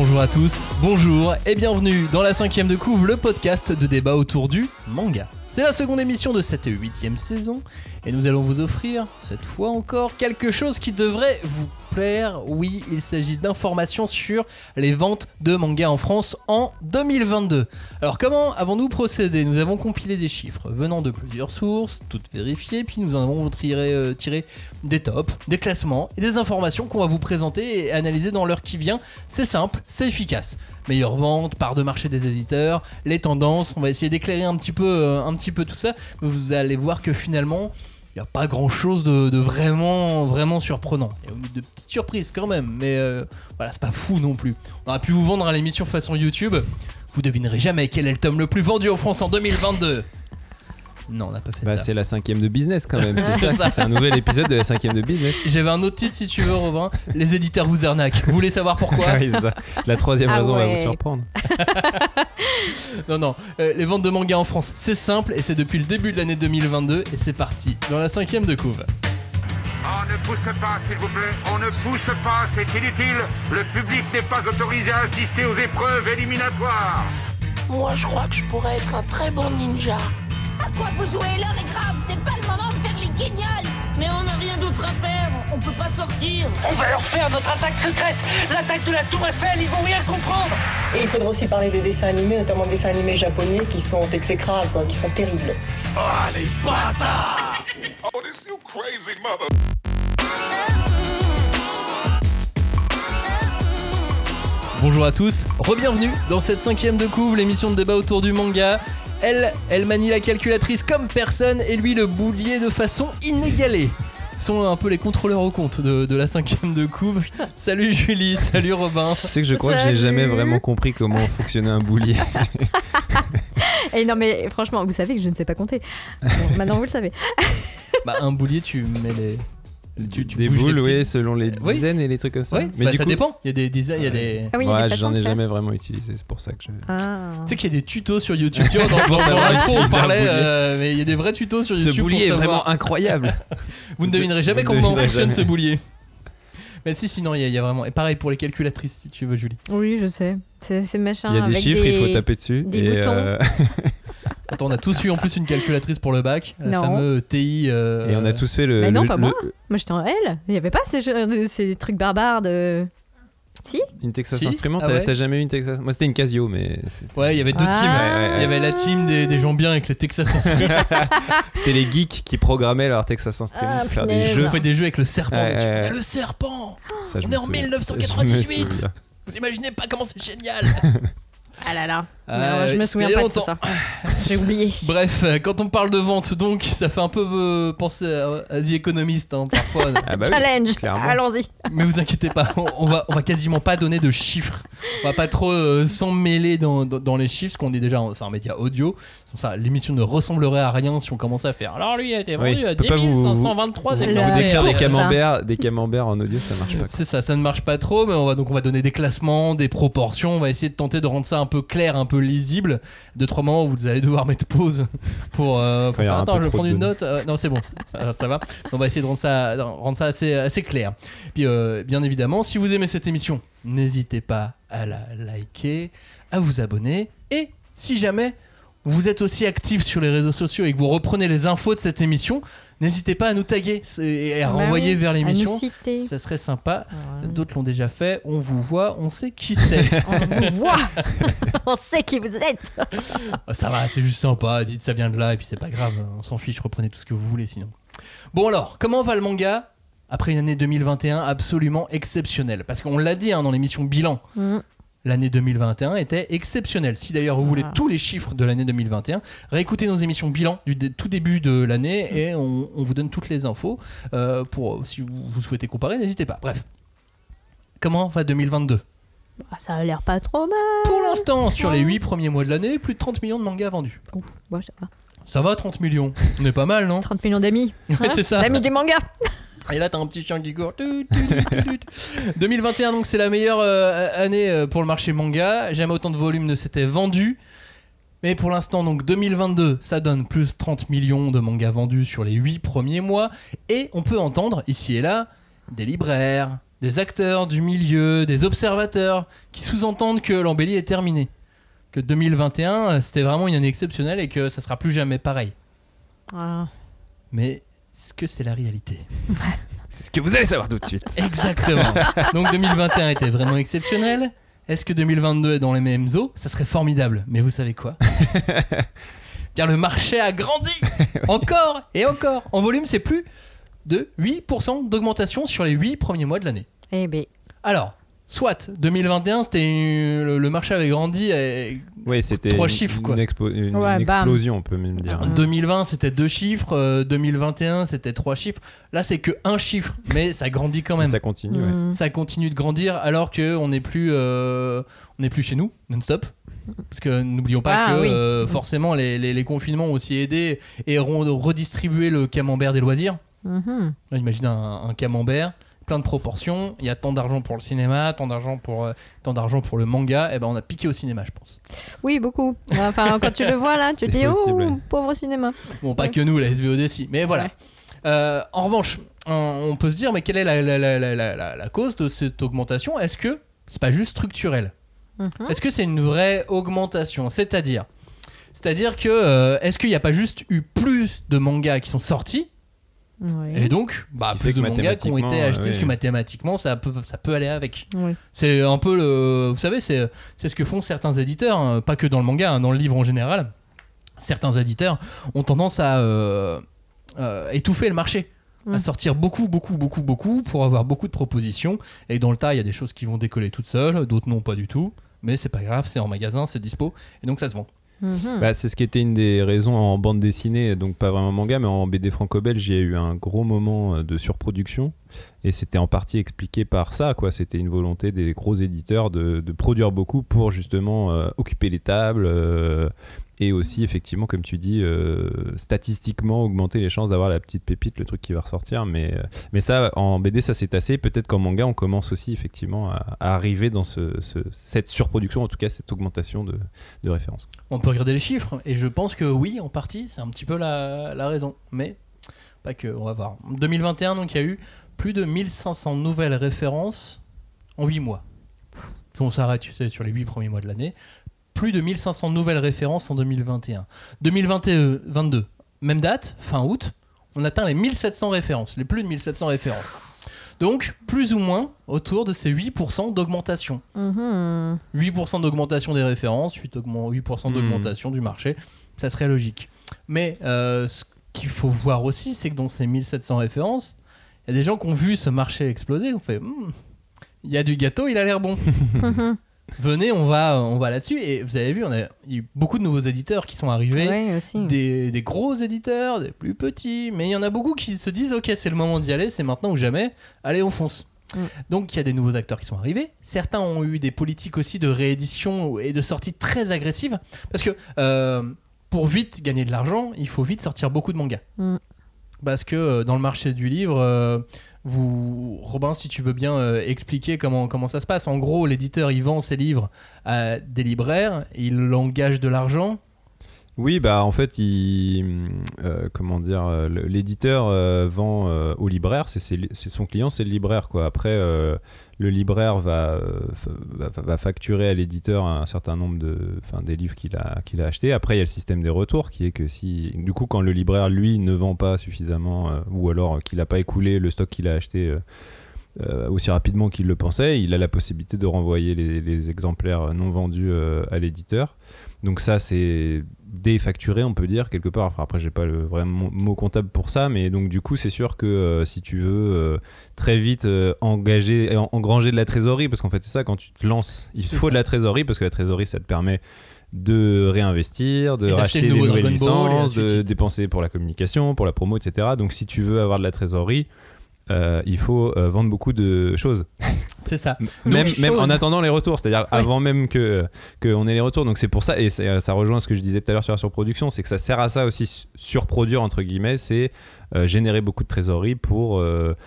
Bonjour à tous, bonjour et bienvenue dans la 5ème de couve, le podcast de débat autour du manga. C'est la seconde émission de cette 8ème saison et nous allons vous offrir, cette fois encore, quelque chose qui devrait vous plaire. Oui, il s'agit d'informations sur les ventes de mangas en France en 2022. Alors comment avons-nous procédé ? Nous avons compilé des chiffres venant de plusieurs sources, toutes vérifiées, puis nous en avons tiré des tops, des classements et des informations qu'on va vous présenter et analyser dans l'heure qui vient. C'est simple, c'est efficace. Meilleure vente, part de marché des éditeurs, les tendances, on va essayer d'éclairer un petit peu tout ça. Vous allez voir que finalement, il n'y a pas grand chose de vraiment surprenant. Il y a eu de petites surprises quand même, mais voilà, c'est pas fou non plus. On aurait pu vous vendre à l'émission façon YouTube. Vous devinerez jamais quel est le tome le plus vendu en France en 2022. Non, on n'a pas fait ça. C'est la 5ème de business quand même. C'est un nouvel épisode de la 5ème de business. J'avais un autre titre si tu veux, Robin. Les éditeurs vous arnaquent. Vous voulez savoir pourquoi ? Oui, c'est ça. La troisième raison va vous surprendre. Non. Les ventes de mangas en France, c'est simple et c'est depuis le début de l'année 2022 et c'est parti dans la 5ème de couve. On ne pousse pas, s'il vous plaît. On ne pousse pas, c'est inutile. Le public n'est pas autorisé à assister aux épreuves éliminatoires. Moi, je crois que je pourrais être un très bon ninja. À quoi vous jouez ? L'heure est grave, c'est pas le moment de faire les guignols. Mais on n'a rien d'autre à faire, on peut pas sortir. On va leur faire notre attaque secrète, l'attaque de la Tour Eiffel, ils vont rien comprendre. Et il faudra aussi parler des dessins animés, notamment des dessins animés japonais qui sont exécrables, qui sont terribles. Oh, les bâtards! Oh, this you crazy mother... Bonjour à tous, re-bienvenue dans cette 5ème de couve, l'émission de débat autour du manga. Elle manie la calculatrice comme personne et lui le boulier de façon inégalée. Ce sont un peu les contrôleurs au compte de la 5ème de couve. Salut Julie, salut Robin. Tu sais que je crois que j'ai jamais vraiment compris comment fonctionnait un boulier. Et non mais franchement, vous savez que je ne sais pas compter. Bon, maintenant vous le savez. Un boulier, tu mets les... des boules, oui, selon les dizaines et les trucs comme ça. Ouais, mais ça dépend. Il y a des dizaines, il y a des. Ah oui, j'en ai jamais vraiment utilisé, c'est pour ça que je. Tu sais qu'il y a des tutos sur YouTube. Tu vois, dans l'intro, on parlait, mais il y a des vrais tutos sur YouTube. Ce boulier est vraiment incroyable. Vous ne devinerez jamais comment fonctionne ce boulier. Mais sinon, il y a vraiment. Et pareil pour les calculatrices, si tu veux, Julie. Oui, je sais. C'est machin. Il y a des chiffres, il faut taper dessus. Des boutons. Attends, on a tous eu en plus une calculatrice pour le bac, la fameuse TI. Et on a tous fait le. Mais non, pas moi. Moi j'étais en L. Il n'y avait pas ces trucs barbares de. Si ? Une Texas Instruments, t'as jamais eu une Texas? Moi c'était une Casio, mais. Ouais, il y avait deux teams. Il y avait la team des gens bien avec les Texas Instruments. C'était les geeks qui programmaient leur Texas Instruments pour faire des jeux. On fait des jeux avec le serpent dessus. Le serpent. Ça, on est en 1998. Vous imaginez pas comment c'est génial. Ah là là. Non, je me souviens pas de tout ça. J'ai oublié. Bref, quand on parle de vente, donc, ça fait un peu penser à The Economist, parfois. Challenge, oui, allons-y. Mais vous inquiétez pas, on va quasiment pas donner de chiffres. On va pas trop s'emmêler dans les chiffres, parce qu'on est déjà, c'est un média audio. Ça, l'émission ne ressemblerait à rien si on commençait à faire. Alors lui, il a été vendu à 10 523 exemplaires. Décrire des camemberts en audio, ça marche pas. C'est ça ne marche pas trop, mais on va donner des classements, des proportions. On va essayer de tenter de rendre ça un peu clair, un peu lisible. 2-3 moments où vous allez devoir mettre pause pour faire attends, je vais prendre une note. Non, c'est bon, ça va. On va essayer de rendre ça assez clair. Puis bien évidemment, si vous aimez cette émission, n'hésitez pas à la liker, à vous abonner, et si jamais vous êtes aussi actif sur les réseaux sociaux et que vous reprenez les infos de cette émission, n'hésitez pas à nous taguer et à renvoyer vers l'émission. Ça serait sympa. D'autres l'ont déjà fait. On vous voit, on sait qui c'est. On vous voit. On sait qui vous êtes. Ça va, c'est juste sympa. Dites ça vient de là et puis c'est pas grave. On s'en fiche. Reprenez tout ce que vous voulez sinon. Bon alors, comment va le manga après une année 2021 absolument exceptionnelle ? Parce qu'on l'a dit dans l'émission Bilan. L'année 2021 était exceptionnelle. Si d'ailleurs vous voulez tous les chiffres de l'année 2021, réécoutez nos émissions bilan du tout début de l'année et on vous donne toutes les infos. Si vous souhaitez comparer, n'hésitez pas. Bref, comment va 2022 ? Ça a l'air pas trop mal. Pour l'instant, sur les 8 premiers mois de l'année, plus de 30 millions de mangas vendus. Ouf, ouais, ça va. Ça va, 30 millions. On est pas mal, non ? 30 millions d'amis. C'est ça. D'amis du manga. Et là, t'as un petit chien qui court. 2021, donc, c'est la meilleure année pour le marché manga. Jamais autant de volume ne s'était vendu. Mais pour l'instant, donc 2022, ça donne plus 30 millions de mangas vendus sur les 8 premiers mois. Et on peut entendre, ici et là, des libraires, des acteurs du milieu, des observateurs qui sous-entendent que l'embellie est terminée. Que 2021, c'était vraiment une année exceptionnelle et que ça sera plus jamais pareil. Ah. Mais est-ce que c'est la réalité ? C'est ce que vous allez savoir tout de suite. Exactement. Donc 2021 était vraiment exceptionnel. Est-ce que 2022 est dans les mêmes eaux ? Ça serait formidable. Mais vous savez quoi ? Bien, le marché a grandi encore et encore. En volume, c'est plus de 8% d'augmentation sur les 8 premiers mois de l'année. Eh ben. Alors, soit 2021, le marché avait grandi et Oui, c'était 3 chiffres quoi. Une explosion, on peut même dire. 2020, c'était 2 chiffres. 2021, c'était 3 chiffres. Là, c'est que 1 chiffre, mais ça grandit quand même. Ça continue, ouais. Ça continue de grandir alors qu'on n'est plus chez nous, non-stop. Parce que n'oublions pas que forcément les confinements ont aussi aidé et ont redistribué le camembert des loisirs. Là, imagine un camembert, plein de proportions. Il y a tant d'argent pour le cinéma, tant d'argent pour le manga. Et ben on a piqué au cinéma, je pense. Oui, beaucoup. Enfin, quand tu le vois là, tu te dis pauvre cinéma. Bon, pas que nous, la SVOD si, mais voilà. Ouais. En revanche, on peut se dire, mais quelle est la cause de cette augmentation ? Est-ce que c'est pas juste structurel ? Est-ce que c'est une vraie augmentation ? C'est-à-dire que est-ce qu'il n'y a pas juste eu plus de mangas qui sont sortis ? Oui. Et donc, plus de mangas qui ont été achetés, parce que mathématiquement, ça peut aller avec. Oui. C'est un peu vous savez, c'est ce que font certains éditeurs, hein, pas que dans le manga, hein, dans le livre en général. Certains éditeurs ont tendance à étouffer le marché, à sortir beaucoup pour avoir beaucoup de propositions. Et dans le tas, il y a des choses qui vont décoller toutes seules, d'autres non, pas du tout. Mais c'est pas grave, c'est en magasin, c'est dispo, et donc ça se vend. C'est ce qui était une des raisons en bande dessinée, donc pas vraiment manga, mais en BD franco-belge, il y a eu un gros moment de surproduction et c'était en partie expliqué par ça, quoi. C'était une volonté des gros éditeurs de produire beaucoup pour justement occuper les tables et aussi effectivement, comme tu dis, statistiquement augmenter les chances d'avoir la petite pépite, le truc qui va ressortir. Mais ça, en BD, ça s'est tassé. Peut-être qu'en manga, on commence aussi effectivement à arriver dans cette surproduction, en tout cas cette augmentation de références. On peut regarder les chiffres et je pense que oui, en partie, c'est un petit peu la raison. Mais pas que, on va voir. En 2021, donc, il y a eu plus de 1500 nouvelles références en 8 mois. On s'arrête, tu sais, sur les 8 premiers mois de l'année. Plus de 1500 nouvelles références en 2021. 2022, même date, fin août, on atteint les 1700 références, les plus de 1700 références. Donc, plus ou moins autour de ces 8% d'augmentation. 8% d'augmentation des références, 8% d'augmentation du marché, ça serait logique. Mais ce qu'il faut voir aussi, c'est que dans ces 1700 références, il y a des gens qui ont vu ce marché exploser, on fait il y a du gâteau, il a l'air bon. Venez, on va là-dessus. Et vous avez vu, il y a eu beaucoup de nouveaux éditeurs qui sont arrivés. Oui, des gros éditeurs, des plus petits. Mais il y en a beaucoup qui se disent ok, c'est le moment d'y aller, c'est maintenant ou jamais. Allez, on fonce. Donc il y a des nouveaux acteurs qui sont arrivés. Certains ont eu des politiques aussi de réédition et de sortie très agressives. Parce que pour vite gagner de l'argent, il faut vite sortir beaucoup de mangas. Parce que dans le marché du livre... Robin, si tu veux bien expliquer comment ça se passe. En gros, l'éditeur, il vend ses livres à des libraires, il engage de l'argent. Oui, en fait, l'éditeur vend au libraire, c'est son client, c'est le libraire, quoi. Après, le libraire va facturer à l'éditeur un certain nombre des livres qu'il a achetés. Après, il y a le système des retours qui est que du coup, quand le libraire, lui, ne vend pas suffisamment ou alors qu'il n'a pas écoulé le stock qu'il a acheté aussi rapidement qu'il le pensait, il a la possibilité de renvoyer les exemplaires non vendus à l'éditeur. Donc ça, c'est défacturé, on peut dire, quelque part. Enfin, après, j'ai pas le vrai mot comptable pour ça, mais donc du coup, c'est sûr que si tu veux très vite engranger de la trésorerie, parce qu'en fait, c'est ça, quand tu te lances, il faut de la trésorerie, parce que la trésorerie, ça te permet de réinvestir, de racheter des nouvelles licences, de dépenser pour la communication, pour la promo, etc. Donc si tu veux avoir de la trésorerie, il faut vendre beaucoup de choses. C'est ça. Même en attendant les retours, c'est-à-dire avant même qu'on ait les retours. Donc c'est pour ça, et ça rejoint ce que je disais tout à l'heure sur la surproduction, c'est que ça sert à ça aussi, surproduire entre guillemets, c'est générer beaucoup de trésorerie pour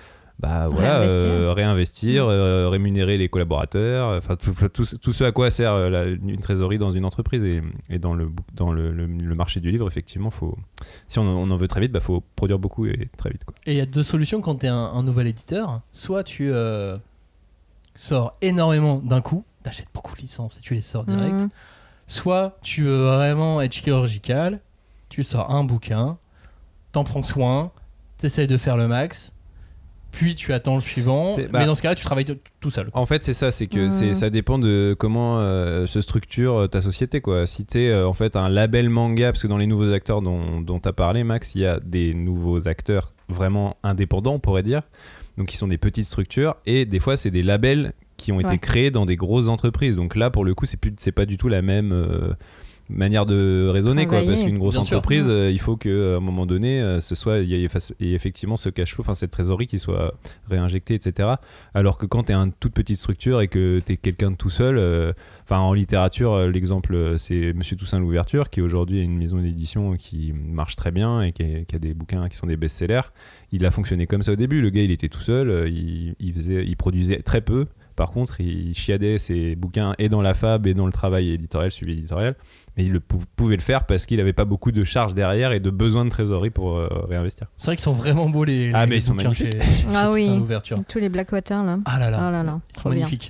réinvestir, rémunérer les collaborateurs, enfin tout ce à quoi sert une trésorerie dans une entreprise et dans le marché du livre, effectivement, si on en veut très vite, faut produire beaucoup et très vite, quoi. Et il y a deux solutions quand tu es un nouvel éditeur. Soit tu sors énormément d'un coup, t'achètes beaucoup de licences et tu les sors direct. Soit tu veux vraiment être chirurgical, tu sors un bouquin, t'en prends soin, t'essayes de faire le max, puis tu attends le suivant, mais dans ce cas-là tu travailles tout seul. En fait c'est ça, c'est que ça dépend de comment se structure ta société, quoi. Si t'es en fait un label manga, parce que dans les nouveaux acteurs dont t'as parlé Max, il y a des nouveaux acteurs vraiment indépendants on pourrait dire, donc qui sont des petites structures, et des fois c'est des labels qui ont été créés dans des grosses entreprises, donc là pour le coup c'est pas du tout la même manière de raisonner, quoi, parce qu'une grosse entreprise il faut qu'à un moment donné il y ait effectivement ce cash flow, enfin cette trésorerie qui soit réinjectée, etc. Alors que quand t'es une toute petite structure et que t'es quelqu'un de tout seul, en littérature l'exemple c'est Monsieur Toussaint Louverture, qui aujourd'hui est une maison d'édition qui marche très bien et qui a des bouquins qui sont des best-sellers. Il a fonctionné comme ça au début, le gars il était tout seul, il produisait très peu. Par contre, il chiadait ses bouquins et dans la fab et dans le travail éditorial, suivi éditorial. Mais il pouvait le faire parce qu'il n'avait pas beaucoup de charges derrière et de besoin de trésorerie pour réinvestir. C'est vrai qu'ils sont vraiment beaux les mais ils sont bouquins chez oui, l'ouverture. Tous les Blackwater là. Ah là là, ils sont magnifiques.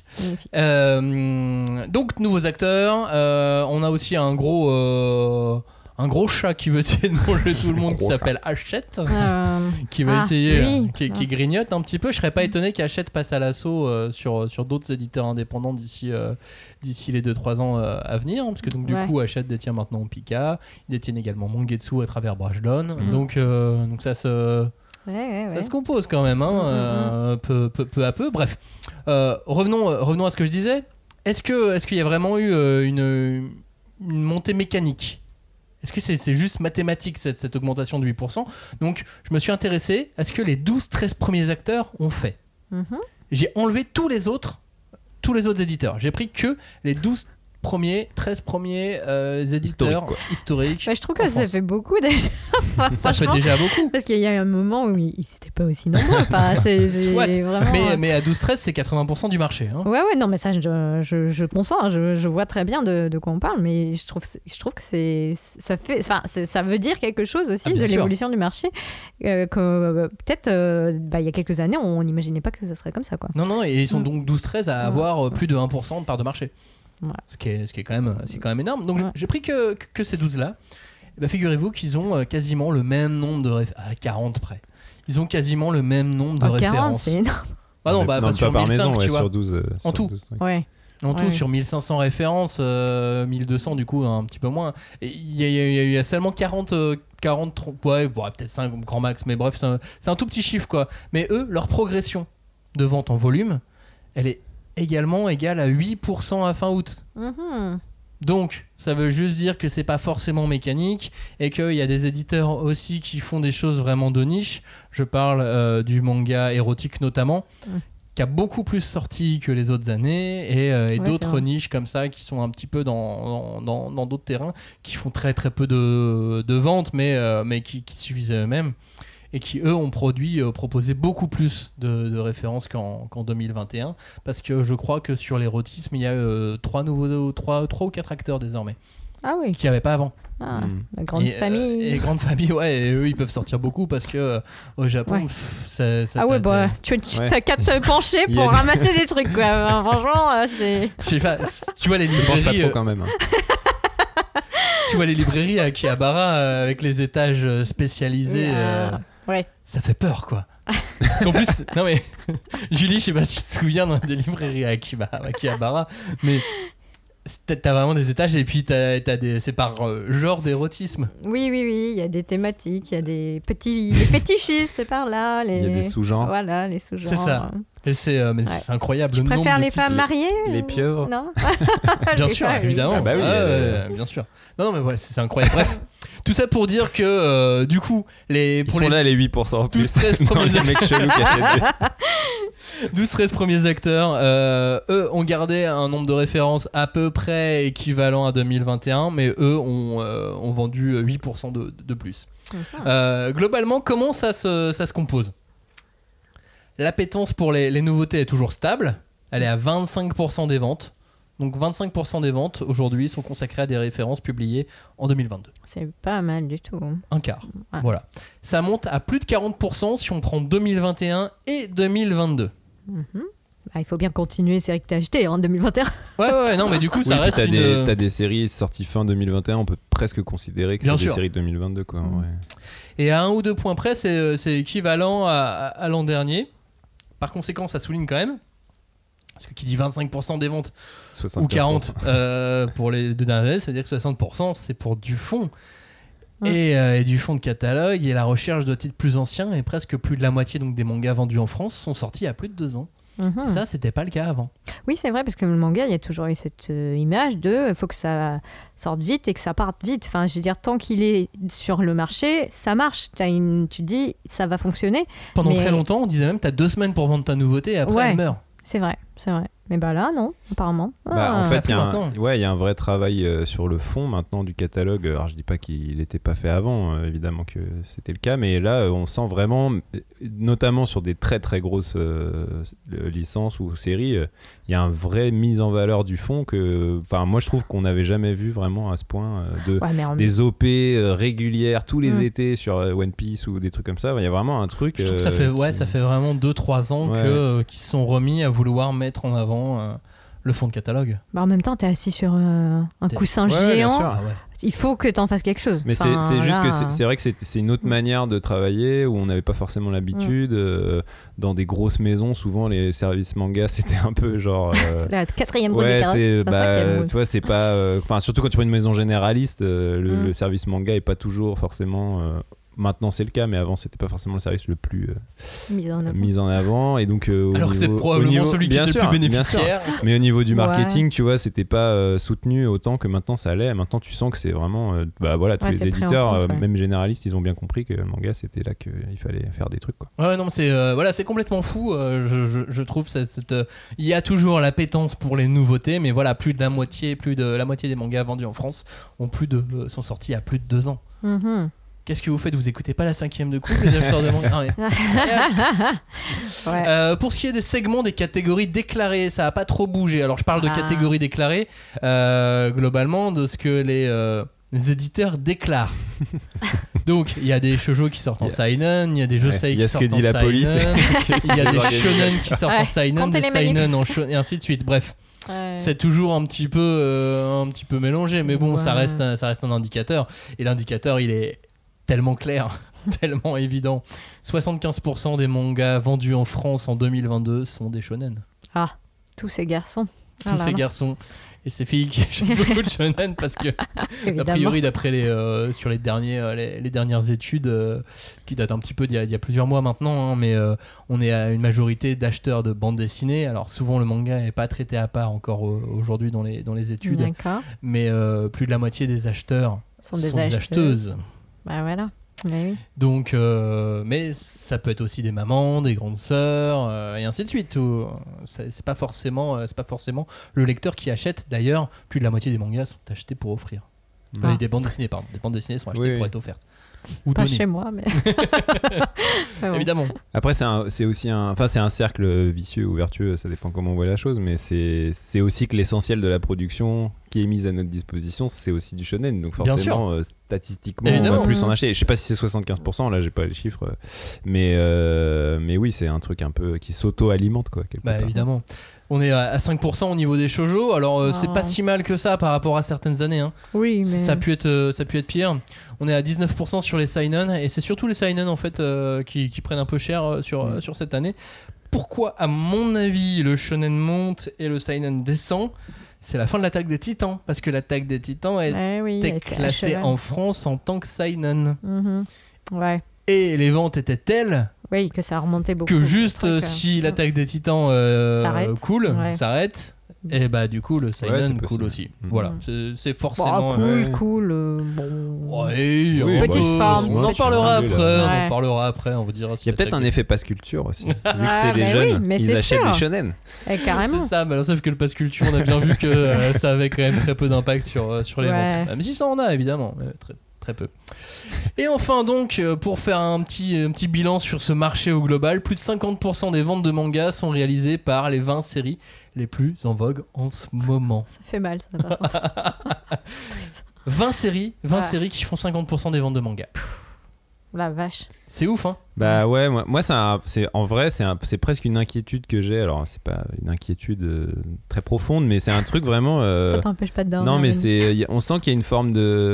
Donc nouveaux acteurs, on a aussi un gros chat qui veut essayer de manger tout le monde, qui s'appelle Hachette, qui va essayer, qui grignote un petit peu. Je serais pas étonné qu'Hachette passe à l'assaut sur d'autres éditeurs indépendants d'ici les 2-3 ans à venir, parce que donc du coup Hachette détient maintenant Pika, ils détiennent également Mangetsu à travers Brajlon, donc ça se ça se compose quand même, peu à peu. Bref, revenons à ce que je disais. Est-ce qu'il y a vraiment eu une montée mécanique? Est-ce que c'est juste mathématique cette augmentation de 8%? Donc je me suis intéressé à ce que les 12-13 premiers acteurs ont fait. J'ai enlevé tous les autres éditeurs. J'ai pris que les 13 premiers éditeurs historiques. Je trouve que ça fait beaucoup déjà. Ça fait déjà beaucoup. Parce qu'il y a un moment où ils n'étaient pas aussi nombreux. Enfin, c'est vraiment... mais à 12-13, c'est 80% du marché. Hein. Ouais, non, mais ça, je consens. Je vois très bien de quoi on parle. Mais je trouve que ça veut dire quelque chose aussi de l'évolution du marché. Peut-être, il y a quelques années, on n'imaginait pas que ça serait comme ça, quoi. Non, et ils sont donc 12-13 à avoir plus de 1% de part de marché. Voilà. Ce qui est quand même énorme. Donc j'ai pris que ces 12-là. Figurez-vous qu'ils ont quasiment le même nombre de à 40 près. Ils ont quasiment le même nombre de références. 40, c'est énorme. Non, pas sur par 1500, maison, tu vois. sur 12. En tout. 12, En tout, sur 1500 références, 1200 du coup, un petit peu moins. Il y a seulement 40 peut-être 5 grand max, mais bref, c'est un tout petit chiffre, quoi. Mais eux, leur progression de vente en volume, elle est également égale à 8% à fin août. Donc ça veut juste dire que c'est pas forcément mécanique et qu'il y a des éditeurs aussi qui font des choses vraiment de niche. Je parle du manga érotique notamment, qui a beaucoup plus sorti que les autres années, et d'autres niches comme ça qui sont un petit peu dans d'autres terrains, qui font très très peu de ventes, mais qui suffisent à eux-mêmes, et qui eux ont proposé beaucoup plus de références qu'en 2021, parce que je crois que sur l'érotisme il y a 3 ou 4 acteurs désormais. Ah oui. Qu'il n'y avait pas avant. La grande famille. Et grande famille, et eux ils peuvent sortir beaucoup parce que au Japon, ça tu t'as qu'à te pencher pour ramasser des trucs, quoi. Franchement, c'est. Je sais pas, tu vois les librairies. Je pense pas trop quand même. Tu vois les librairies à Akihabara avec les étages spécialisés. Ça fait peur, quoi. Parce qu'en plus, non mais Julie, je sais pas si tu te souviens des librairies à Akihabara, mais t'as vraiment des étages et puis c'est par genre d'érotisme. Oui, il y a des thématiques, il y a des fétichistes, c'est par là. Il y a des sous-genres. Voilà, les sous-genres. C'est ça. Et c'est incroyable. Tu préfères les femmes mariées les pieuvres? Non. Bien sûr, évidemment. Bien sûr. Non, mais voilà, c'est incroyable. Bref, tout ça pour dire que du coup, ils sont là les 8% en plus. 12-13 premiers acteurs. 12-13 premiers acteurs, eux ont gardé un nombre de références à peu près équivalent à 2021, mais eux ont vendu 8% de plus. Globalement, comment ça se compose? L'appétence pour les nouveautés est toujours stable, elle est à 25% des ventes. Donc 25% des ventes aujourd'hui sont consacrées à des références publiées en 2022. C'est pas mal du tout. Un quart. Voilà. Ça monte à plus de 40% si on prend 2021 et 2022. il faut bien continuer les séries que t'as achetées en 2021. Ouais, non, mais du coup, ça reste t'as des séries sorties fin 2021, on peut presque considérer que c'est des séries de 2022, quoi. Ouais. Et à 1 ou 2 points près, c'est équivalent à l'an dernier. Par conséquent, ça souligne quand même, parce que qui dit 25% des ventes ou 40% pour les 2 dernières années, ça veut dire que 60% c'est pour du fond. Et du fond de catalogue, et la recherche de titres plus anciens, et presque plus de la moitié donc, des mangas vendus en France sont sortis il y a plus de 2 ans. Et ça, c'était pas le cas avant. Oui, c'est vrai, parce que le manga, il y a toujours eu cette image de il faut que ça sorte vite et que ça parte vite. Enfin, je veux dire, tant qu'il est sur le marché, ça marche. Tu dis, ça va fonctionner. Pendant très longtemps, on disait même, t'as 2 semaines pour vendre ta nouveauté, et après, elle meurt. C'est vrai. Mais là, non, apparemment. En fait, il y a un vrai travail sur le fond maintenant du catalogue. Alors, je dis pas qu'il n'était pas fait avant, évidemment que c'était le cas, mais là, on sent vraiment, notamment sur des très très grosses licences ou séries, il y a une vraie mise en valeur du fond que, moi, je trouve qu'on n'avait jamais vu vraiment à ce point des OP régulières tous les étés sur One Piece ou des trucs comme ça. Il y a vraiment un truc. Je trouve que ça fait vraiment 2-3 ans qu'ils se sont remis à vouloir mettre en avant le fond de catalogue. En même temps, t'es assis sur un coussin géant. Il faut que t'en fasses quelque chose. Mais c'est juste que c'est vrai que c'est une autre manière de travailler où on n'avait pas forcément l'habitude. Dans des grosses maisons, souvent les services manga, c'était un peu genre. La 4e roue des carrosses. Tu vois, c'est pas. Surtout quand tu vois une maison généraliste, le service manga est pas toujours forcément. Maintenant c'est le cas, mais avant c'était pas forcément le service le plus mis en avant. Et donc, alors que c'est probablement celui qui était le plus bénéficiaire. Mais au niveau du marketing, tu vois, c'était pas soutenu autant que maintenant ça l'est. Maintenant tu sens que c'est vraiment tous les éditeurs, même généralistes, ils ont bien compris que le manga c'était là qu'il fallait faire des trucs, quoi. Ouais, non, c'est complètement fou. Je trouve il y a toujours l'appétence pour les nouveautés, mais voilà, plus de la moitié des mangas vendus en France sont sortis il y a plus de 2 ans. Qu'est-ce que vous faites ? Vous écoutez pas la 5e de couple, les acheteurs de manga? Pour ce qui est des segments des catégories déclarées, ça a pas trop bougé. Alors je parle de catégories déclarées globalement de ce que les éditeurs déclarent. Donc il y a des shoujo qui sortent en seinen, il y a des josei qui sortent en seinen, il y a des shonen qui sortent en seinen, des seinen en shonen et ainsi de suite. Bref. C'est toujours un petit peu mélangé, mais bon, ça reste un indicateur, et l'indicateur il est tellement clair, tellement évident. 75% des mangas vendus en France en 2022 sont des shonen. Tous ces garçons. Tous ces garçons et ces filles qui achètent beaucoup de shonen parce que a priori d'après sur les dernières études qui datent un petit peu d'il y a plusieurs mois maintenant, mais on est à une majorité d'acheteurs de bandes dessinées. Alors souvent le manga n'est pas traité à part encore aujourd'hui dans les études. D'accord. Mais plus de la moitié des acheteurs sont des acheteuses. Voilà. Mais oui. Donc, mais ça peut être aussi des mamans, des grandes sœurs, et ainsi de suite. C'est pas forcément le lecteur qui achète. D'ailleurs, plus de la moitié des mangas sont achetés pour offrir. Des bandes dessinées, pardon. Des bandes dessinées sont achetées pour être offertes. Ou pas données. Chez moi, mais évidemment. Après, c'est aussi c'est un cercle vicieux ou vertueux, ça dépend comment on voit la chose, mais c'est aussi que l'essentiel de la production qui est mise à notre disposition, c'est aussi du shonen, donc forcément statistiquement on va plus en acheter. Je sais pas si c'est 75%, là j'ai pas les chiffres, mais oui, c'est un truc un peu qui s'auto-alimente, quoi, quelque part. Évidemment. On est à 5% au niveau des shoujo, alors c'est pas si mal que ça par rapport à certaines années, hein. Oui, mais ça a pu être pire. On est à 19% sur les seinen, et c'est surtout les seinen en fait qui prennent un peu cher sur cette année. Pourquoi, à mon avis, le shonen monte et le seinen descend? C'est la fin de l'Attaque des Titans, parce que l'Attaque des Titans était classée en France en tant que seinen. Ouais. Et les ventes étaient telles que ça remontait beaucoup. Que juste si l'Attaque des Titans s'arrête, et bah du coup le seinen coule aussi. Voilà, c'est forcément cool. Petite forme. On en parlera après. On vous dira. Il y a peut-être un effet passe culture aussi. Vu que c'est les jeunes, ils achètent des shonen. Carrément. C'est ça, mais alors, sauf que le passe culture, on a bien vu que ça avait quand même très peu d'impact sur les ventes. Même si ça en a évidemment, mais très peu. Et enfin donc, pour faire un petit bilan sur ce marché au global, plus de 50% des ventes de mangas sont réalisées par les 20 séries les plus en vogue en ce moment. Ça fait mal, ça, par contre. C'est triste. 20 séries qui font 50% des ventes de mangas. La vache. C'est ouf, hein. Bah ouais, moi c'est presque une inquiétude que j'ai. Alors c'est pas une inquiétude très profonde, mais c'est un truc vraiment. Ça t'empêche pas de dormir. Non, mais on sent qu'il y a une forme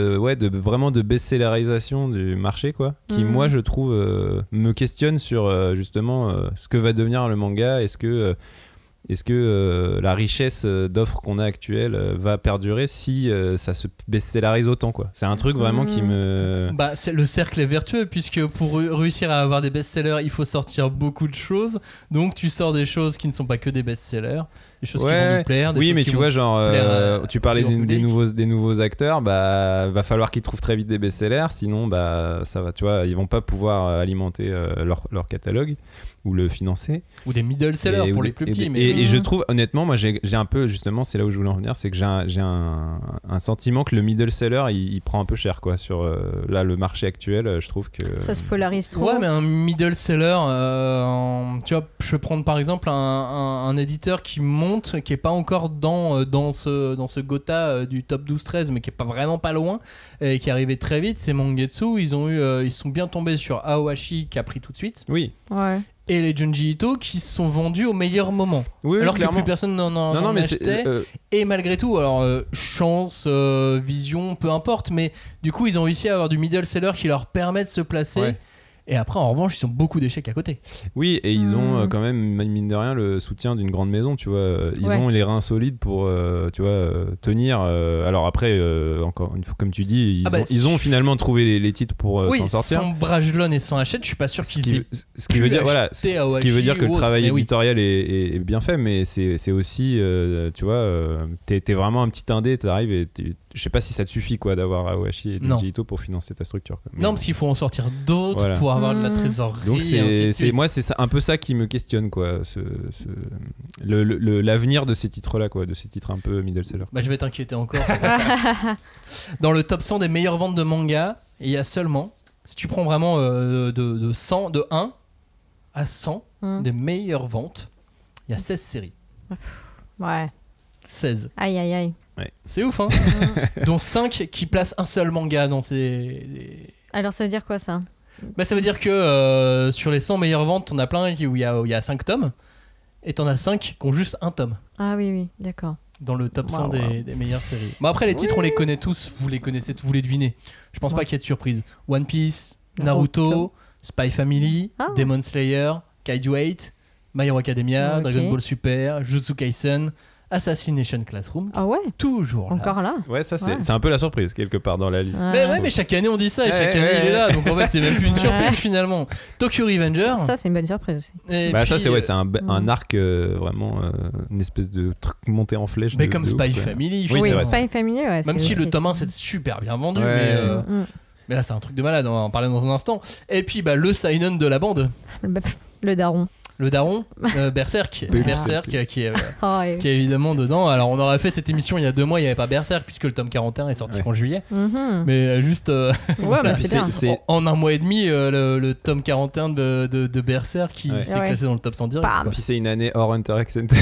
de best-sellerisation du marché, quoi, qui moi je trouve me questionne sur justement ce que va devenir le manga. Est-ce que la richesse d'offres qu'on a actuelle va perdurer si ça se best-sellerise autant, quoi. C'est un truc vraiment qui me... Bah, le cercle est vertueux, puisque pour réussir à avoir des best-sellers, il faut sortir beaucoup de choses. Donc tu sors des choses qui ne sont pas que des best-sellers, des choses qui vont nous plaire. Oui, mais tu vois, genre, tu parlais des nouveaux acteurs, bah va falloir qu'ils trouvent très vite des best-sellers, sinon bah ça va, tu vois, ils vont pas pouvoir alimenter leur catalogue ou le financer. Ou des middle sellers pour les plus petits. Et je trouve, honnêtement, moi j'ai un peu, justement, c'est là où je voulais en venir, c'est que j'ai un sentiment que le middle seller il prend un peu cher, quoi, sur là, le marché actuel. Je trouve que ça se polarise trop. Ouais, mais un middle seller, tu vois, je vais prendre par exemple un éditeur qui monte, qui est pas encore dans ce Gotha du top 12-13, mais qui est pas vraiment pas loin, et qui est arrivé très vite. C'est Mangetsu. Ils sont bien tombés sur Aohashi qui a pris tout de suite. Oui. Ouais. Et les Junji Ito qui se sont vendus au meilleur moment, alors clairement. que plus personne n'en achetait. Et malgré tout, alors chance, vision, peu importe, mais du coup ils ont réussi à avoir du middle seller qui leur permet de se placer. Ouais. Et après, en revanche, ils ont beaucoup d'échecs à côté. Oui, et ils ont quand même, mine de rien, le soutien d'une grande maison, tu vois. Ils ont les reins solides pour, tu vois, tenir. Alors après, encore une fois, comme tu dis, ils ont finalement trouvé les titres pour s'en sortir. Sans Brajlon et sans Hachette, je suis pas sûr qu'ils aient. Ce qui veut dire, ce qui veut dire que le travail éditorial est bien fait, mais c'est aussi, tu vois, t'es vraiment un petit indé, t'arrives et je sais pas si ça te suffit, quoi, d'avoir Aohashi et Junji Ito pour financer ta structure, quoi. Non, parce qu'il faut en sortir d'autres pour avoir de la trésorerie. Donc moi c'est un peu ça qui me questionne, quoi, l'avenir de ces titres là, quoi, de ces titres un peu middle seller. Bah je vais t'inquiéter encore. Dans le top 100 des meilleures ventes de manga, il y a seulement, si tu prends vraiment de 100, de 1 à 100 des meilleures ventes, il y a 16 séries. Ouais. 16. Aïe aïe aïe. Ouais. C'est ouf, hein. Dont 5 qui placent un seul manga dans ces... Alors ça veut dire quoi, ça? Bah ça veut dire que sur les 100 meilleures ventes, t'en as plein où il y a 5 tomes, et t'en as 5 qui ont juste un tome. Ah oui, d'accord. Dans le top 100 des meilleures séries. Bon, après les titres on les connaît tous, vous les connaissez, vous les devinez. Je pense pas qu'il y ait de surprise. One Piece, Naruto, Spy Family, Demon Slayer, Kaiju 8, My Hero Academia, Dragon Ball Super, Jujutsu Kaisen, Assassination Classroom. Ah ouais. Toujours là. Encore là. Ouais, ça c'est un peu la surprise quelque part dans la liste. Mais chaque année on dit ça et chaque année il est là, donc en fait c'est même plus une surprise finalement. Tokyo Revenger. Ça c'est une bonne surprise aussi. Et ça c'est un arc vraiment une espèce de truc monté en flèche. Mais comme Spy Family. Oui, Spy Family, ouais. Même si le tome 1 c'est super bien vendu, mais là c'est un truc de malade, on va en parler dans un instant. Et puis le seinen de la bande. Le daron. Le daron, Berserk, qui est évidemment dedans. Alors on aurait fait cette émission il y a 2 mois, il n'y avait pas Berserk puisque le tome 41 est sorti en juillet. Mais juste c'est bien. En un mois et demi, le tome 41 de Berserk qui s'est classé dans le top 100 direct. Puis c'est une année hors Hunter x Hunter.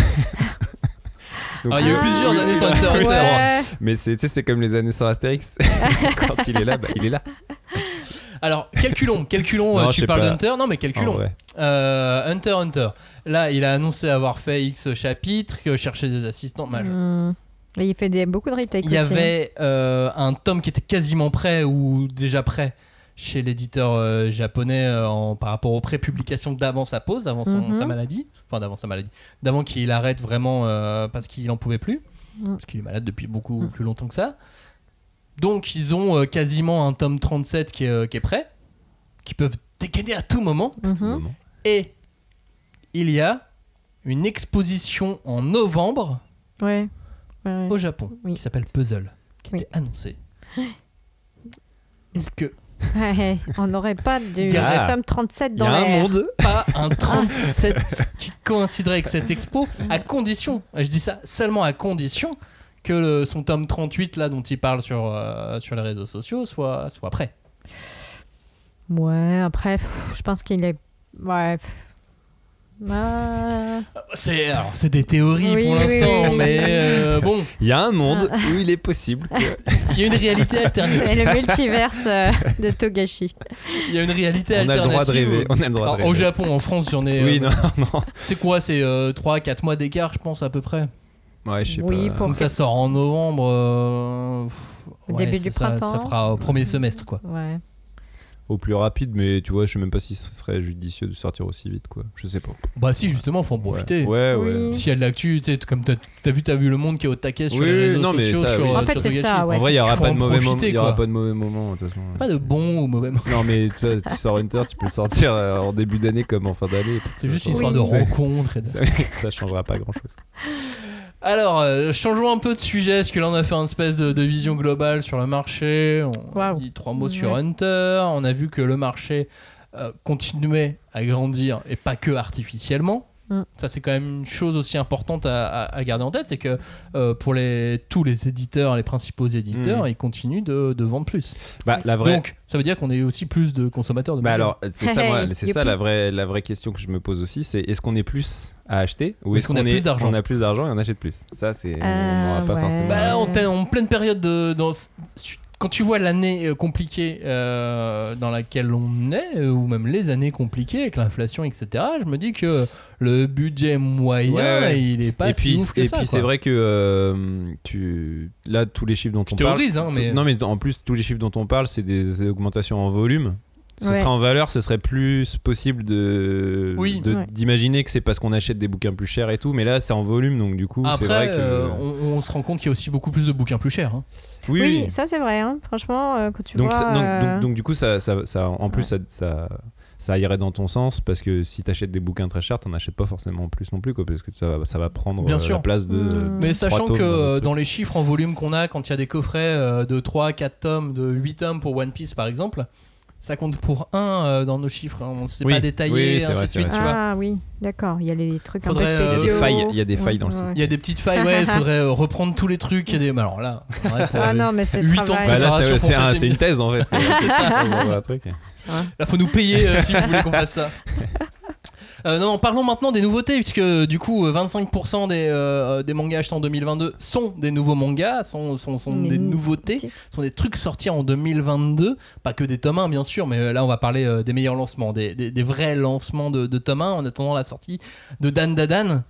Donc, il y a eu plusieurs années sur Hunter x Hunter. Mais c'est comme les années sur Astérix. Quand il est là, il est là. Alors, calculons, non, tu parles d'Hunter, non mais calculons. Hunter. Hunter. Là, il a annoncé avoir fait X chapitres, chercher des assistants. Il fait beaucoup de retakes. Il y avait un tome qui était quasiment prêt ou déjà prêt chez l'éditeur japonais par rapport aux pré-publications d'avant sa pause, avant sa maladie. Enfin, d'avant qu'il arrête vraiment parce qu'il en pouvait plus. Parce qu'il est malade depuis beaucoup plus longtemps que ça. Donc ils ont quasiment un tome 37 qui est prêt, qui peuvent dégainer à tout moment. Et il y a une exposition en novembre au Japon qui s'appelle Puzzle, qui était annoncée. Est-ce que on n'aurait pas du tome 37 dans l'air? Il y a un monde. Pas un 37 qui coïnciderait avec cette expo, à condition, je dis ça seulement à condition que son tome 38 là dont il parle sur les réseaux sociaux soit prêt. Ouais, après je pense qu'il est C'est des théories pour l'instant, mais bon. Il y a un monde où il est possible Il y a une réalité alternative. C'est le multiverse de Togashi. Il y a une réalité on alternative. A le droit de rêver. On a le droit de rêver. Au Japon, en France, j'en ai. Oui, non. C'est quoi? C'est 3-4 mois d'écart, je pense, à peu près. Ouais, je sais pas. Donc ça sort en novembre. Début du printemps. Ça fera au premier semestre, quoi. Ouais. Au plus rapide, mais tu vois, je sais même pas si ce serait judicieux de sortir aussi vite, quoi. Je sais pas. Bah si, justement, faut en profiter. Ouais. S'il y a de l'actu, tu sais, comme t'as vu le monde qui est au taquet sur les réseaux sociaux. En fait, c'est ça. En vrai, il y aura pas de mauvais moment. Il y aura pas de mauvais moment, de toute façon. Pas de bon ou mauvais moment. Non, mais tu sors Hunter, tu peux le sortir en début d'année comme en fin d'année. C'est juste une histoire de rencontre. Ça changera pas grand-chose. Alors, changeons un peu de sujet, parce que là on a fait une espèce de vision globale sur le marché. On dit 3 mots sur Hunter. On a vu que le marché continuait à grandir, et pas que artificiellement. Ça, c'est quand même une chose aussi importante à garder en tête, c'est que pour tous les éditeurs, les principaux éditeurs, ils continuent de vendre plus. Donc, ça veut dire qu'on est aussi plus de consommateurs de manga. Alors, c'est ça la vraie question que je me pose aussi, c'est est-ce qu'on est plus à acheter ou est-ce qu'on a plus d'argent? On a plus d'argent et on achète plus. Ça, c'est on n'aura pas forcément. On est en pleine période quand tu vois l'année compliquée dans laquelle on est, ou même les années compliquées avec l'inflation, etc., je me dis que le budget moyen, il est pas si ouf que ça. Et puis c'est vrai que là, tous les chiffres dont on parle... théorise, hein, mais... Non, mais en plus, tous les chiffres dont on parle, c'est des augmentations en volume. Ce serait en valeur, ce serait plus possible d'imaginer que c'est parce qu'on achète des bouquins plus chers et tout, mais là c'est en volume, donc du coup après, c'est vrai que on se rend compte qu'il y a aussi beaucoup plus de bouquins plus chers. Hein. Oui, ça c'est vrai. Hein. Franchement, quand tu vois. Donc du coup ça en plus ça irait dans ton sens, parce que si t'achètes des bouquins très chers, t'en achètes pas forcément plus non plus, quoi, parce que ça va prendre la place de. Mais sachant que dans les chiffres en volume qu'on a, quand il y a des coffrets de 3-4 tomes, de 8 tomes pour One Piece par exemple, ça compte pour 1 dans nos chiffres, on ne sait pas détailler, ainsi de suite, tu vois. Ah oui, d'accord, il y a les trucs un peu spéciaux. Il y a des failles dans le système. Il y a des petites failles, il faudrait reprendre tous les trucs. Alors là, non, mais c'est 8 ans de préparation. C'est une thèse en fait. C'est ça. Là, faut nous payer si vous voulez qu'on fasse ça. Non, parlons maintenant des nouveautés, puisque du coup 25% des mangas achetés en 2022 sont des nouveaux mangas, sont des nouveautés, sont des trucs sortis en 2022, pas que des tomes 1 bien sûr, mais là on va parler des meilleurs lancements, des vrais lancements de tomes 1 en attendant la sortie de Dan Dadan.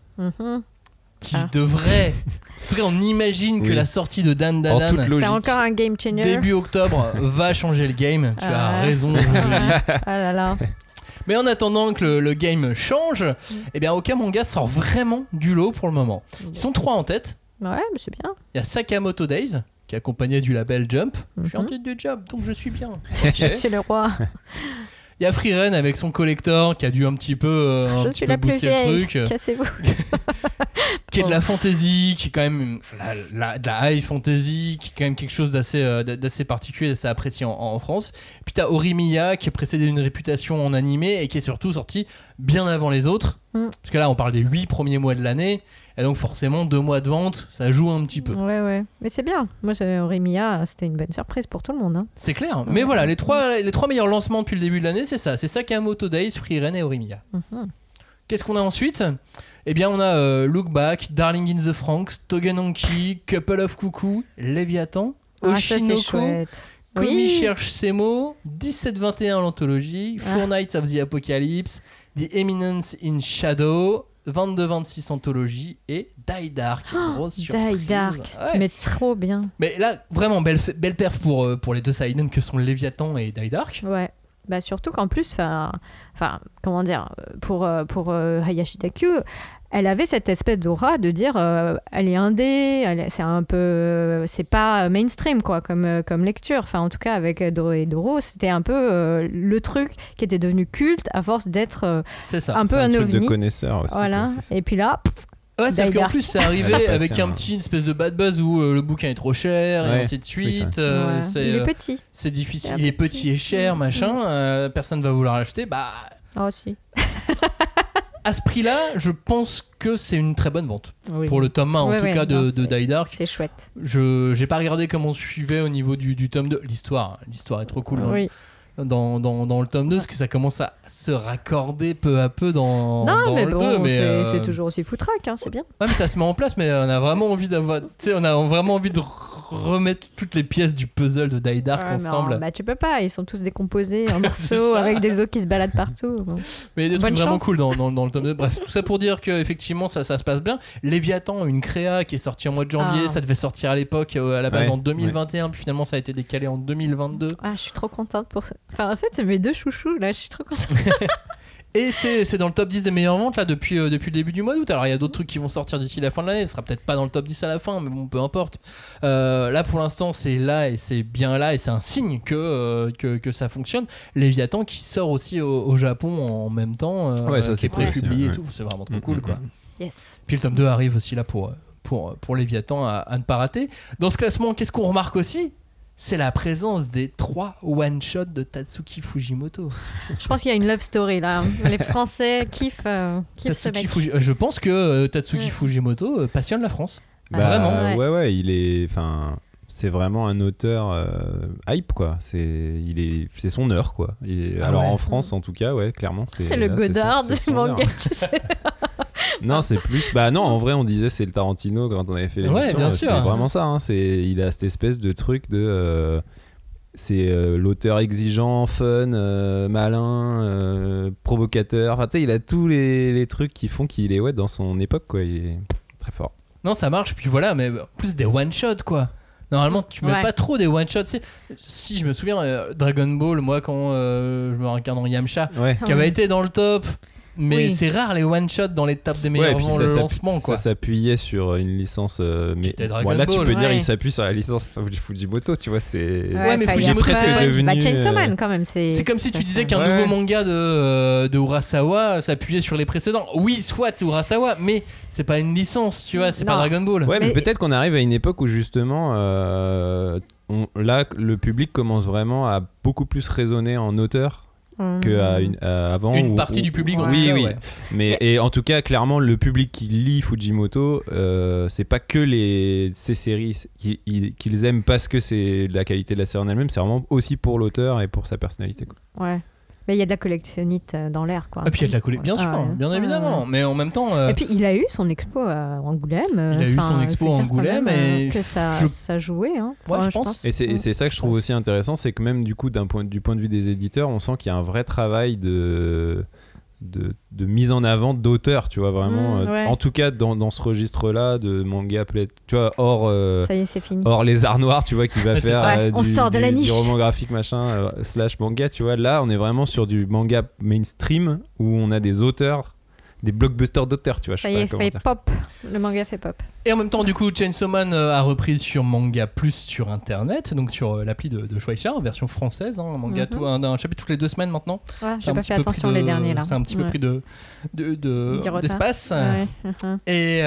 Qui devrait... En tout cas, on imagine que la sortie de Dan Dadan, c'est encore un game changer. Début octobre, va changer le game. Tu as raison. Ah là là. Mais en attendant que le game change, eh bien, Okamanga sort vraiment du lot pour le moment. Ils sont 3 en tête. Ouais, mais c'est bien. Il y a Sakamoto Days, qui est accompagné du label Jump. Je suis en tête de Jump, donc je suis bien. Je suis le roi. Il y a Frieren avec son collector qui a dû un petit peu je suis la plus vieille, le truc. Cassez-vous. Qui est de la fantasy, qui est quand même de la high fantasy, qui est quand même quelque chose d'assez particulier, d'assez apprécié en France. Puis t'as Horimiya qui a précédé une réputation en animé et qui est surtout sorti bien avant les autres. Parce que là on parle des 8 premiers mois de l'année. Et donc forcément 2 mois de vente, ça joue un petit peu. Ouais. Mais c'est bien. Moi, Horimiya, c'était une bonne surprise pour tout le monde. Hein. C'est clair. Mais voilà, les trois meilleurs lancements depuis le début de l'année, c'est ça. C'est Sakamoto Days, Frieren et Horimiya. Qu'est-ce qu'on a ensuite ? Eh bien, on a Look Back, Darling in the Franxx, Togenonki, Couple of Cuckoo, Léviathan, Oshinoko, Komi cherche ses mots, 1721 l'anthologie, Four Nights of the Apocalypse, The Eminence in Shadow, 22-26 anthologie et Die Dark. Grosse surprise. Die Dark, mais trop bien. Mais là, vraiment, belle perf pour les deux seinen que sont Léviathan et Die Dark. Ouais. Bah surtout qu'en plus, comment dire, pour Hayashi Daku, elle avait cette espèce d'aura de dire, elle est indé, c'est pas mainstream quoi, comme lecture. Enfin, en tout cas, avec Doro et Doro, c'était un peu le truc qui était devenu culte à force d'être un peu un ovni. C'est un truc de connaisseur aussi. Voilà. Quoi, et puis là. Ouais, sauf qu'en plus c'est arrivé avec un petit espèce de bad buzz où le bouquin est trop cher et ainsi de suite. Il est petit. C'est difficile. Il est petit et cher, machin. Personne va vouloir l'acheter. Bah. Oh si. À ce prix-là, je pense que c'est une très bonne vente pour le tome 1 en tout cas de Die Dark. C'est chouette. J'ai pas regardé comment on suivait au niveau du tome 2. L'histoire est trop cool. Oui. dans le tome 2, parce que ça commence à se raccorder peu à peu dans mais le bon, 2. Mais c'est toujours aussi foutraque, hein, c'est bien. Ouais, mais ça se met en place, mais on a vraiment envie d'avoir. Tu sais, on a vraiment envie de remettre toutes les pièces du puzzle de Die Dark ensemble. Tu peux pas, ils sont tous décomposés en morceaux avec des os qui se baladent partout. Bon. Mais il y a des trucs vraiment cool dans le tome 2. Bref, tout ça pour dire qu'effectivement, ça se passe bien. Léviathan, une créa qui est sortie en mois de janvier, ça devait sortir à l'époque, à la base en 2021, puis finalement ça a été décalé en 2022. Ah, je suis trop contente pour ça. Enfin, en fait, c'est mes deux chouchous, là, je suis trop contente. Et c'est dans le top 10 des meilleures ventes là depuis le début du mois d'août. Alors il y a d'autres trucs qui vont sortir d'ici la fin de l'année, ce sera peut-être pas dans le top 10 à la fin, mais bon, peu importe. Là pour l'instant c'est là et c'est bien là et c'est un signe que ça fonctionne. Léviathan qui sort aussi au Japon en même temps, ça qui est pré-publié et tout, c'est vraiment trop cool quoi. Yes. Puis le tome 2 arrive aussi là pour Léviathan à ne pas rater. Dans ce classement, qu'est-ce qu'on remarque aussi ? C'est la présence des 3 one-shots de Tatsuki Fujimoto. Je pense qu'il y a une love story là. Les Français kiffent ce mec. Je pense que Tatsuki Fujimoto passionne la France. Vraiment. Ouais, il est. Enfin, c'est vraiment un auteur hype quoi. C'est son heure quoi. Alors en France en tout cas, ouais, clairement. C'est le Godard du manga, tu sais. Non, c'est plus. Bah non, en vrai, on disait c'est le Tarantino quand on avait fait l'émission. Ouais, bien sûr. C'est vraiment ça. Hein. Il a cette espèce de truc de. C'est l'auteur exigeant, fun, malin, provocateur. Enfin, tu sais, il a tous les trucs qui font qu'il est dans son époque, quoi. Il est très fort. Non, ça marche. Puis voilà, mais plus des one shots, quoi. Normalement, tu mets pas trop des one shots. Si je me souviens, Dragon Ball, moi, quand je me réincarne en Yamcha, qui avait été dans le top. Mais c'est rare les one-shots dans les tapes des meilleurs vents, le lancement quoi. Ça s'appuyait sur une licence mais là tu peux dire il s'appuie sur la licence Fujimoto, tu vois, c'est mais Fujimoto presque devenu Chainsaw Man quand même, c'est comme si tu disais qu'un nouveau manga de Urasawa s'appuyait sur les précédents. Oui, soit c'est Urasawa, mais c'est pas une licence, tu vois, c'est pas Dragon Ball. Ouais, mais peut-être qu'on arrive à une époque où justement là le public commence vraiment à beaucoup plus raisonner en auteur qu'avant. Une partie du public, oui. Mais et en tout cas, clairement, le public qui lit Fujimoto, c'est pas que ces séries qu'ils aiment parce que c'est la qualité de la série en elle-même, c'est vraiment aussi pour l'auteur et pour sa personnalité, quoi. Ouais. Mais il y a de la collectionnite dans l'air, quoi. Et puis il y a de la collectionnite, bien sûr, bien évidemment. Mais en même temps. Et puis il a eu son expo à Angoulême. Il a eu son expo à Angoulême et que ça jouait. Hein, je pense. Et c'est ça que je trouve aussi intéressant, c'est que même du coup, du point de vue des éditeurs, on sent qu'il y a un vrai travail de mise en avant d'auteurs, tu vois, vraiment. En tout cas, dans ce registre-là de manga, tu vois, ça y est, c'est fini. Hors les arts noirs, tu vois, qui va faire on sort de la niche. Du roman graphique, machin, / manga, tu vois. Là, on est vraiment sur du manga mainstream où on a des auteurs, des blockbusters d'auteurs, tu vois. Ça y est, fait pop. Le manga fait pop. Et en même temps, du coup, Chainsaw Man a repris sur Manga Plus sur Internet, donc sur l'appli de Shueisha, en version française, hein, manga un chapitre toutes les 2 semaines maintenant. Ouais, j'ai pas fait attention les derniers là. C'est un petit peu pris d'espace. Et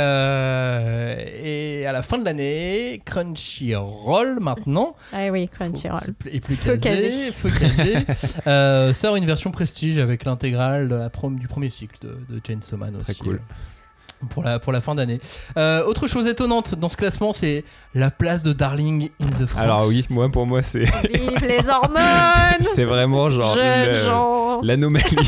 à la fin de l'année, Crunchyroll maintenant. Ah oui, Crunchyroll. Et plus Feu casé. Sort une version prestige avec l'intégrale du premier cycle de Chainsaw Man aussi. Très cool. Pour la fin d'année. Autre chose étonnante dans ce classement, c'est la place de Darling in the Franxx. Alors oui, pour moi c'est... Vive les hormones. C'est vraiment genre l'anomalie.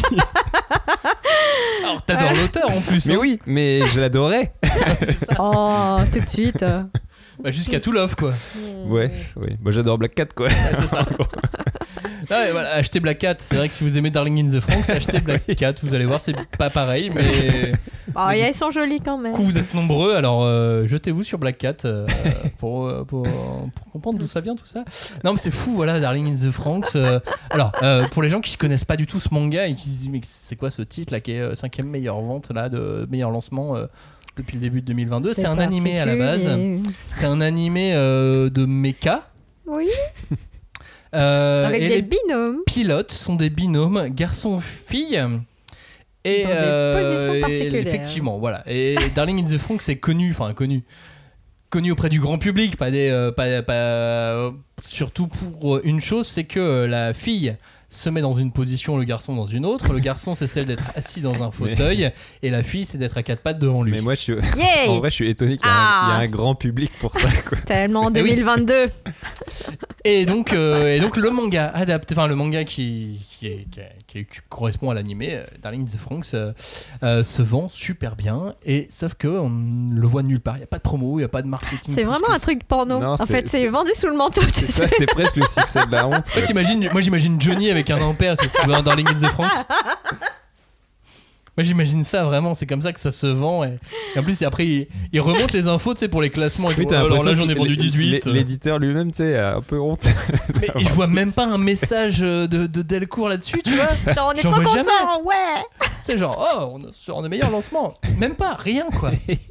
Alors t'adores l'auteur en plus. Mais oui, mais je l'adorais. Oh, tout de suite. Jusqu'à To Love quoi. Ouais. Moi j'adore Black Cat quoi. C'est ça. Voilà, achetez Black Cat. C'est vrai que si vous aimez Darling in the Franxx, achetez Black Cat. Vous allez voir, c'est pas pareil, mais ils sont jolis quand même. Vous êtes nombreux, alors jetez-vous sur Black Cat pour comprendre d'où ça vient tout ça. Non mais c'est fou, voilà, Darling in the Franxx. Alors pour les gens qui connaissent pas du tout ce manga et qui se disent mais c'est quoi ce titre là qui est 5e meilleure vente là, de meilleur lancement depuis le début de 2022, c'est un animé à la base. C'est un animé de mecha. Oui. Avec des binômes. Pilotes sont des binômes garçon-fille. Et dans des positions particulières. Effectivement, voilà. Et Darling in the Franxx c'est connu auprès du grand public, surtout pour une chose, c'est que la fille se met dans une position, le garçon dans une autre. Le garçon c'est celle d'être assis dans un fauteuil et la fille c'est d'être à 4 pattes devant lui. Mais moi en vrai je suis étonné qu'il y a un grand public pour ça quoi. Tellement en 2022. Et donc le manga adapté, enfin le manga qui correspond à l'animé, Darling in the Franxx, se vend super bien. Et sauf que on le voit nulle part. Il y a pas de promo, il y a pas de marketing. C'est vraiment un truc porno. Non, en fait, c'est vendu sous le manteau. C'est ça, c'est presque le succès de la honte. Moi j'imagine Johnny avec un ampère, tu vois, un Darling in the Franxx. Moi j'imagine ça vraiment, c'est comme ça que ça se vend et en plus après il remonte les infos, tu sais, pour les classements et tout. Alors là j'en ai vendu 18. L'éditeur lui-même, tu sais, a un peu honte. Mais je vois même pas un message de Delcourt là-dessus, tu vois. Genre on est trop contents, ouais. C'est genre on est meilleur lancement. Même pas, rien quoi.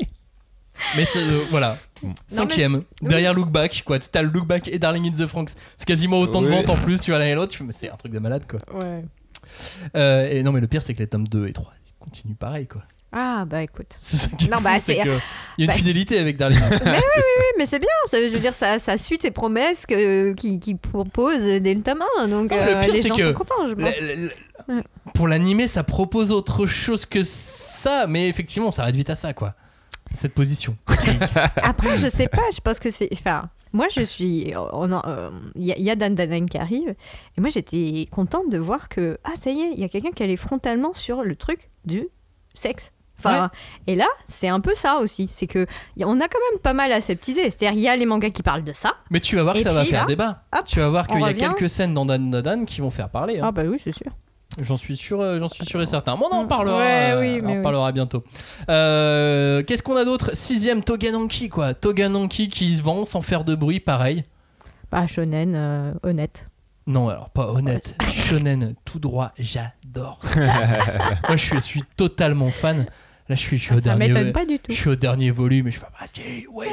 Mais c'est, voilà. Cinquième, derrière Look Back, quoi. T'as le Look Back et Darling in the Franxx. C'est quasiment autant de ventes en plus, tu vois, l'un et l'autre. Mais c'est un truc de malade, quoi. Ouais. Et non, mais le pire, c'est que les tomes 2 et 3 ils continuent pareil, quoi. Ah, bah écoute. C'est ça qui est fou, c'est que il y a une fidélité avec Darling. Mais oui, mais c'est bien. Je veux dire, ça suit ses promesses qu'il propose dès le tome 1. Donc le pire, les c'est gens que sont contents, je pense. Pour l'animé, ça propose autre chose que ça. Mais effectivement, ça arrive vite à ça, quoi. Cette position. Après, je sais pas, je pense que c'est. Enfin, moi, je suis. Il y a Dan Dan qui arrive, et moi, j'étais contente de voir que. Ah, ça y est, il y a quelqu'un qui allait frontalement sur le truc du sexe. Enfin, et là, c'est un peu ça aussi. C'est que on a quand même pas mal aseptisé. C'est-à-dire, il y a les mangas qui parlent de ça. Mais tu vas voir que ça va faire débat. Hop, tu vas voir qu'il y a quelques scènes dans Dan Dan qui vont faire parler. Hein. Ah, bah oui, c'est sûr. J'en suis sûr et certain. Bon, on en parlera, on parlera bientôt. Qu'est-ce qu'on a d'autre ? 6ème, Togananki, quoi. Togananki qui se vend sans faire de bruit, pareil. Bah, shonen, honnête. Non, alors pas honnête. Shonen, tout droit, j'adore. Moi, je suis totalement fan. Là, je suis au dernier. Ça m'étonne pas du tout. Je suis au dernier volume et je fais vas-y, ouais.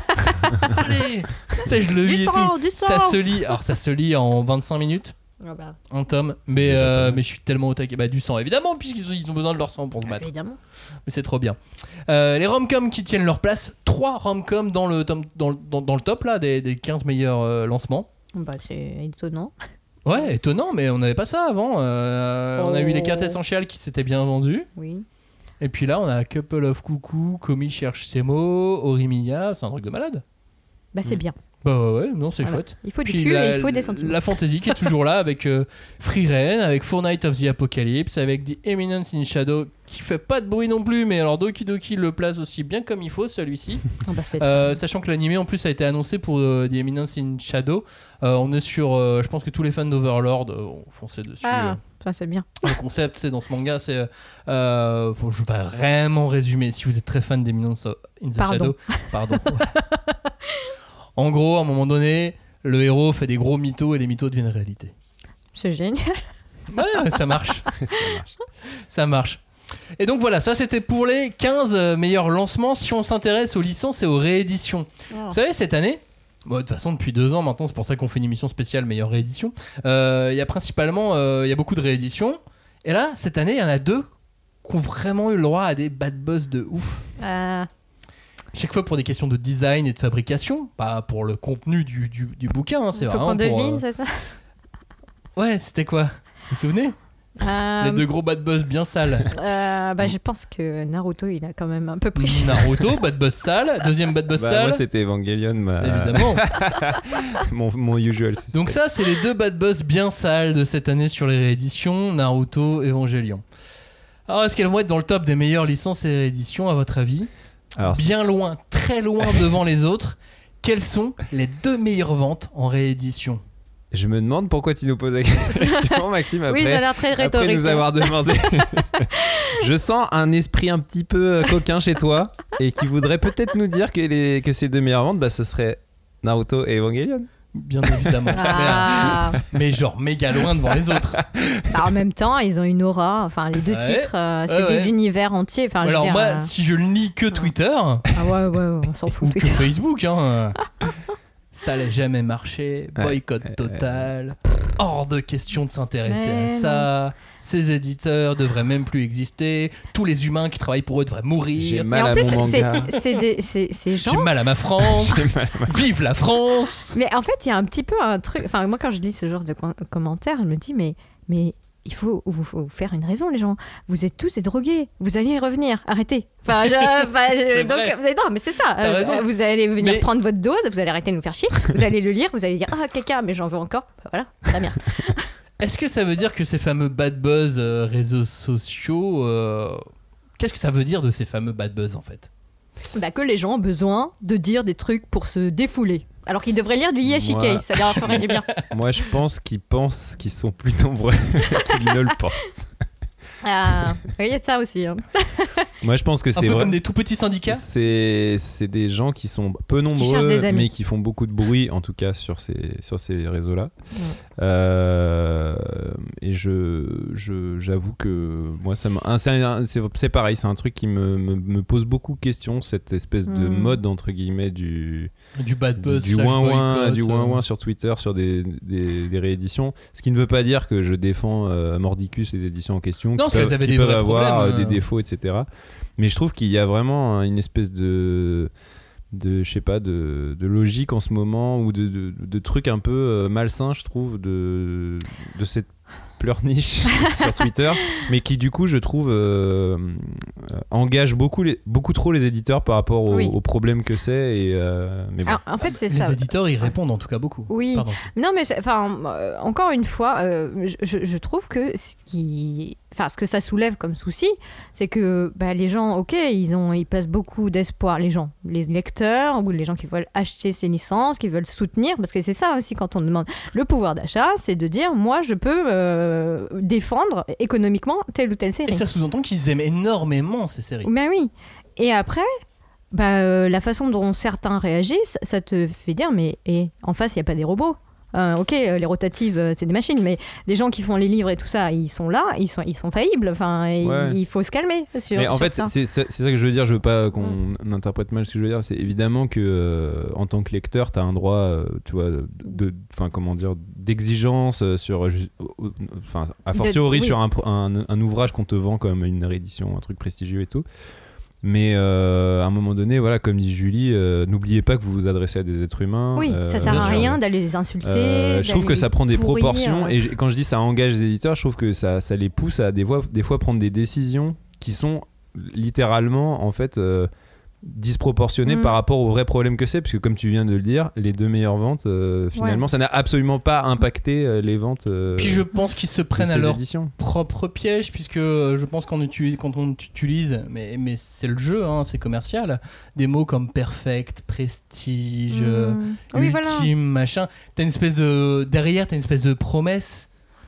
Allez. Tu sais, je le lis et tout. Ça se lit. Alors, ça se lit en 25 minutes. Un tome, mais je suis tellement au taquet. Bah, du sang évidemment, puisqu'ils ont besoin de leur sang pour se battre. Évidemment. Mais c'est trop bien. Les rom-coms qui tiennent leur place, 3 rom-coms dans le top là, des 15 meilleurs lancements. Bah, c'est étonnant. Ouais, étonnant, mais on n'avait pas ça avant. On a eu les cartes essentielles qui s'étaient bien vendues. Oui. Et puis là, on a Couple of Coucou, Komi cherche ses mots, Orimiya, c'est un truc de malade. Bah, c'est bien. Bah ouais, non, c'est chouette. Il faut du cul et il faut des sentiments. La fantasy qui est toujours là avec Free Reign, avec Four Knights of the Apocalypse, avec The Eminence in Shadow qui fait pas de bruit non plus, mais alors Doki Doki le place aussi bien comme il faut celui-ci. Sachant que l'animé en plus a été annoncé pour The Eminence in Shadow. On est sur, je pense que tous les fans d'Overlord ont foncé dessus. Ah, ça c'est bien. Le concept, c'est dans ce manga, c'est je vais vraiment résumer. Si vous êtes très fan d'Eminence in the Shadow, pardon. En gros, à un moment donné, le héros fait des gros mythos et les mythos deviennent réalité. C'est génial. Ouais, ça marche. Ça marche. Et donc voilà, ça c'était pour les 15 meilleurs lancements. Si on s'intéresse aux licences et aux rééditions. Vous savez, cette année, de toute façon depuis 2 ans maintenant, c'est pour ça qu'on fait une émission spéciale meilleure réédition. Il y a principalement, il y a beaucoup de rééditions. Et là, cette année, il y en a 2 qui ont vraiment eu le droit à des bad buzz de ouf. Chaque fois pour des questions de design et de fabrication, pas pour le contenu du bouquin, hein, c'est faut vraiment qu'on devine, c'est ça ? Ouais, c'était quoi ? Vous vous souvenez ? Les 2 gros bad buzz bien sales. Je pense que Naruto, il a quand même un peu plus. Naruto, bad buzz sale. Deuxième bad buzz sale. Moi, c'était Evangelion. Évidemment. mon usual suspect. Donc ça, c'est les 2 bad buzz bien sales de cette année sur les rééditions, Naruto, Evangelion. Alors, est-ce qu'elles vont être dans le top des meilleures licences et rééditions, à votre avis ? Alors, bien loin, très loin devant les autres. Quelles sont les 2 meilleures ventes en réédition ? Je me demande pourquoi tu nous poses la question, Maxime, après, oui, ça a l'air très rhétorique, après nous avoir demandé. Je sens un esprit un petit peu coquin chez toi et qui voudrait peut-être nous dire que ces 2 meilleures ventes, ce serait Naruto et Evangelion. Bien évidemment. Mais genre méga loin devant les autres. En même temps, ils ont une aura. Enfin, les 2 titres, c'est des univers entiers. Enfin, alors moi, si je ne lis que Twitter, on s'en fout. Ou que Facebook, ça n'a jamais marché. Boycott total. Hors de question de s'intéresser à ça. Ces éditeurs devraient même plus exister. Tous les humains qui travaillent pour eux devraient mourir. J'ai mal à mon manga. C'est gens... J'ai mal à ma France. Vive la France. Mais en fait, il y a un petit peu un truc. Enfin, moi, quand je lis ce genre de commentaires, je me dis, mais il faut vous faire une raison, les gens. Vous êtes tous des drogués. Vous allez y revenir. Arrêtez. Enfin, mais non, mais c'est ça. Vous allez venir prendre votre dose. Vous allez arrêter de nous faire chier. Vous allez le lire. Vous allez dire caca, mais j'en veux encore. Voilà, très bien. Est-ce que ça veut dire que ces fameux bad buzz réseaux sociaux, qu'est-ce que ça veut dire de ces fameux bad buzz en fait ? Que les gens ont besoin de dire des trucs pour se défouler. Alors qu'ils devraient lire du Yashike, ça leur ferait du bien. Moi, je pense qu'ils pensent qu'ils sont plus nombreux qu'ils ne le pensent. Ah, il y a de ça aussi. Hein. Moi, je pense que c'est un peu comme des tout petits syndicats. C'est des gens qui sont peu nombreux, mais qui font beaucoup de bruit, en tout cas sur ces réseaux-là. Ouais. Et j'avoue que moi, c'est pareil, c'est un truc qui me pose beaucoup de questions, cette espèce de mode entre guillemets du bad buzz, du ouin sur Twitter, sur des rééditions. Ce qui ne veut pas dire que je défends Mordicus, les éditions en question. Non, parce qu'elles avaient des vrais avoir problèmes, des défauts, etc. Mais je trouve qu'il y a vraiment une espèce de je sais pas, de logique en ce moment, ou de trucs un peu malsains, je trouve, de cette pleurniche sur Twitter, mais qui du coup je trouve engage beaucoup trop les éditeurs par rapport aux problèmes que c'est. Mais bon. Alors, en fait, c'est les ça. Les éditeurs, ils répondent en tout cas beaucoup. Oui. Pardon. Non, mais encore une fois, je trouve que ce que ça soulève comme souci, c'est que les gens, ok, ils passent beaucoup d'espoir, les lecteurs ou les gens qui veulent acheter ces licences, qui veulent soutenir, parce que c'est ça aussi quand on demande le pouvoir d'achat, c'est de dire moi je peux défendre économiquement telle ou telle série. Et ça sous-entend qu'ils aiment énormément ces séries. Ben oui. Et après, la façon dont certains réagissent, ça te fait dire mais en face il n'y a pas des robots. Ok, les rotatives c'est des machines, mais les gens qui font les livres et tout ça, ils sont là, ils sont faillibles. Enfin, il faut se calmer mais en fait, c'est ça que je veux dire. Je veux pas qu'on interprète mal ce que je veux dire. C'est évidemment que en tant que lecteur, t'as un droit, tu vois, d'exigence sur, a fortiori sur un ouvrage qu'on te vend comme une réédition, un truc prestigieux et tout. Mais à un moment donné, voilà, comme dit Julie, n'oubliez pas que vous vous adressez à des êtres humains. Oui, ça sert à rien d'aller les insulter. Je trouve que ça prend des proportions. Et quand je dis ça engage les éditeurs, je trouve que ça les pousse à des fois prendre des décisions qui sont littéralement en fait disproportionnées par rapport au vrai problème que c'est, parce que comme tu viens de le dire, les 2 meilleures ventes finalement ça n'a absolument pas impacté les ventes. Puis je pense qu'ils se prennent à leur propre piège, puisque je pense quand on utilise, mais c'est le jeu, hein, c'est commercial, des mots comme perfect, prestige, ultime, machin, t'as une espèce derrière t'as une espèce de promesse.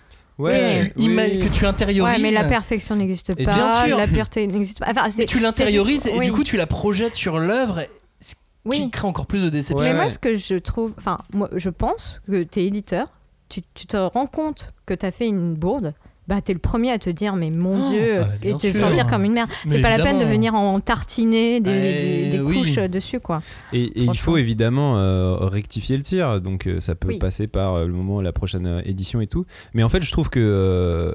Que tu intériorises. Ouais, mais la perfection n'existe pas. Bien sûr. La pureté n'existe pas. Enfin, tu l'intériorises et du coup tu la projettes sur l'œuvre, ce qui crée encore plus de déception. Mais moi, ce que je trouve, moi, je pense que t'es éditeur, tu te rends compte que t'as fait une bourde. T'es le premier à te dire mais mon Dieu, et te sentir comme une merde. Mais c'est pas la peine de venir en tartiner des couches dessus, quoi. Et il faut évidemment rectifier le tir, donc ça peut passer par le moment, la prochaine édition et tout. Mais en fait, je trouve que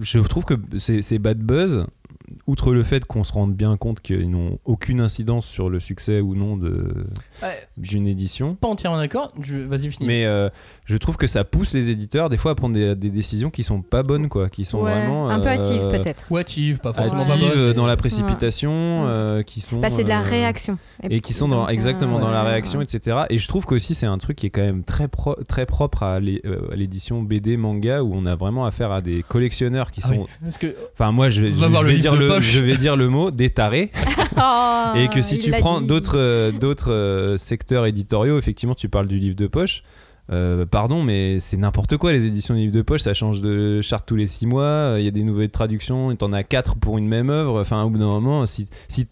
ces bad buzz, outre le fait qu'on se rende bien compte qu'ils n'ont aucune incidence sur le succès ou non d'une édition. Pas entièrement d'accord, vas-y finis. Mais je trouve que ça pousse les éditeurs des fois à prendre des décisions qui sont pas bonnes, quoi, qui sont vraiment un peu hâtives peut-être. Ou hâtives, pas forcément pas bonnes. Dans la précipitation, qui sont. C'est de la réaction. Et qui sont dans la réaction, etc. Et je trouve qu'aussi c'est un truc qui est quand même très propre à l'édition BD manga, où on a vraiment affaire à des collectionneurs qui sont. Enfin moi je vais dire le mot des tarés. Et que si tu prends d'autres secteurs éditoriaux, effectivement tu parles du livre de poche, pardon mais c'est n'importe quoi les éditions de livres de poche, ça change de charte tous les 6 mois, il y a des nouvelles traductions, t'en as 4 pour une même œuvre, enfin au bout d'un moment si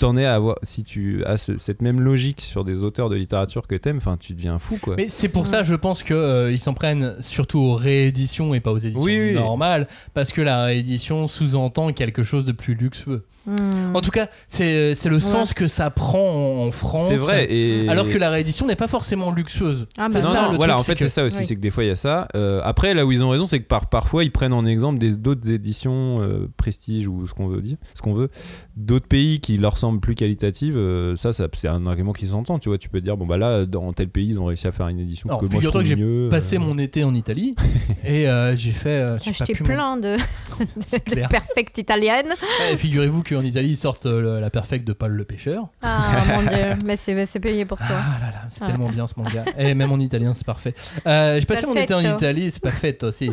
tu as cette même logique sur des auteurs de littérature que t'aimes, enfin tu deviens fou, quoi. Mais c'est pour ça je pense que ils s'en prennent surtout aux rééditions et pas aux éditions normales, parce que la réédition sous-entend quelque chose de plus luxueux. En tout cas, c'est le sens que ça prend en France. C'est vrai. Alors que la réédition n'est pas forcément luxueuse. C'est ça, le truc, en fait, c'est ça aussi, c'est que des fois il y a ça. Après, là où ils ont raison, c'est que parfois ils prennent en exemple d'autres éditions prestige ou ce qu'on veut, d'autres pays qui leur semblent plus qualitatives. Ça, c'est un argument qui s'entend. Tu vois, tu peux dire bon bah là, dans tel pays, ils ont réussi à faire une édition. Alors, que moi je trouve mieux. J'ai passé mon été en Italie et j'ai fait. J'ai acheté plein de perfect italiennes. Figurez-vous qu'en Italie ils sortent la perfect de Paul le pêcheur. Ah mon dieu, mais c'est payé pour toi. Ah là là, c'est tellement bien ce manga. Et même en italien, c'est parfait. J'ai passé mon été en Italie, c'est parfait aussi.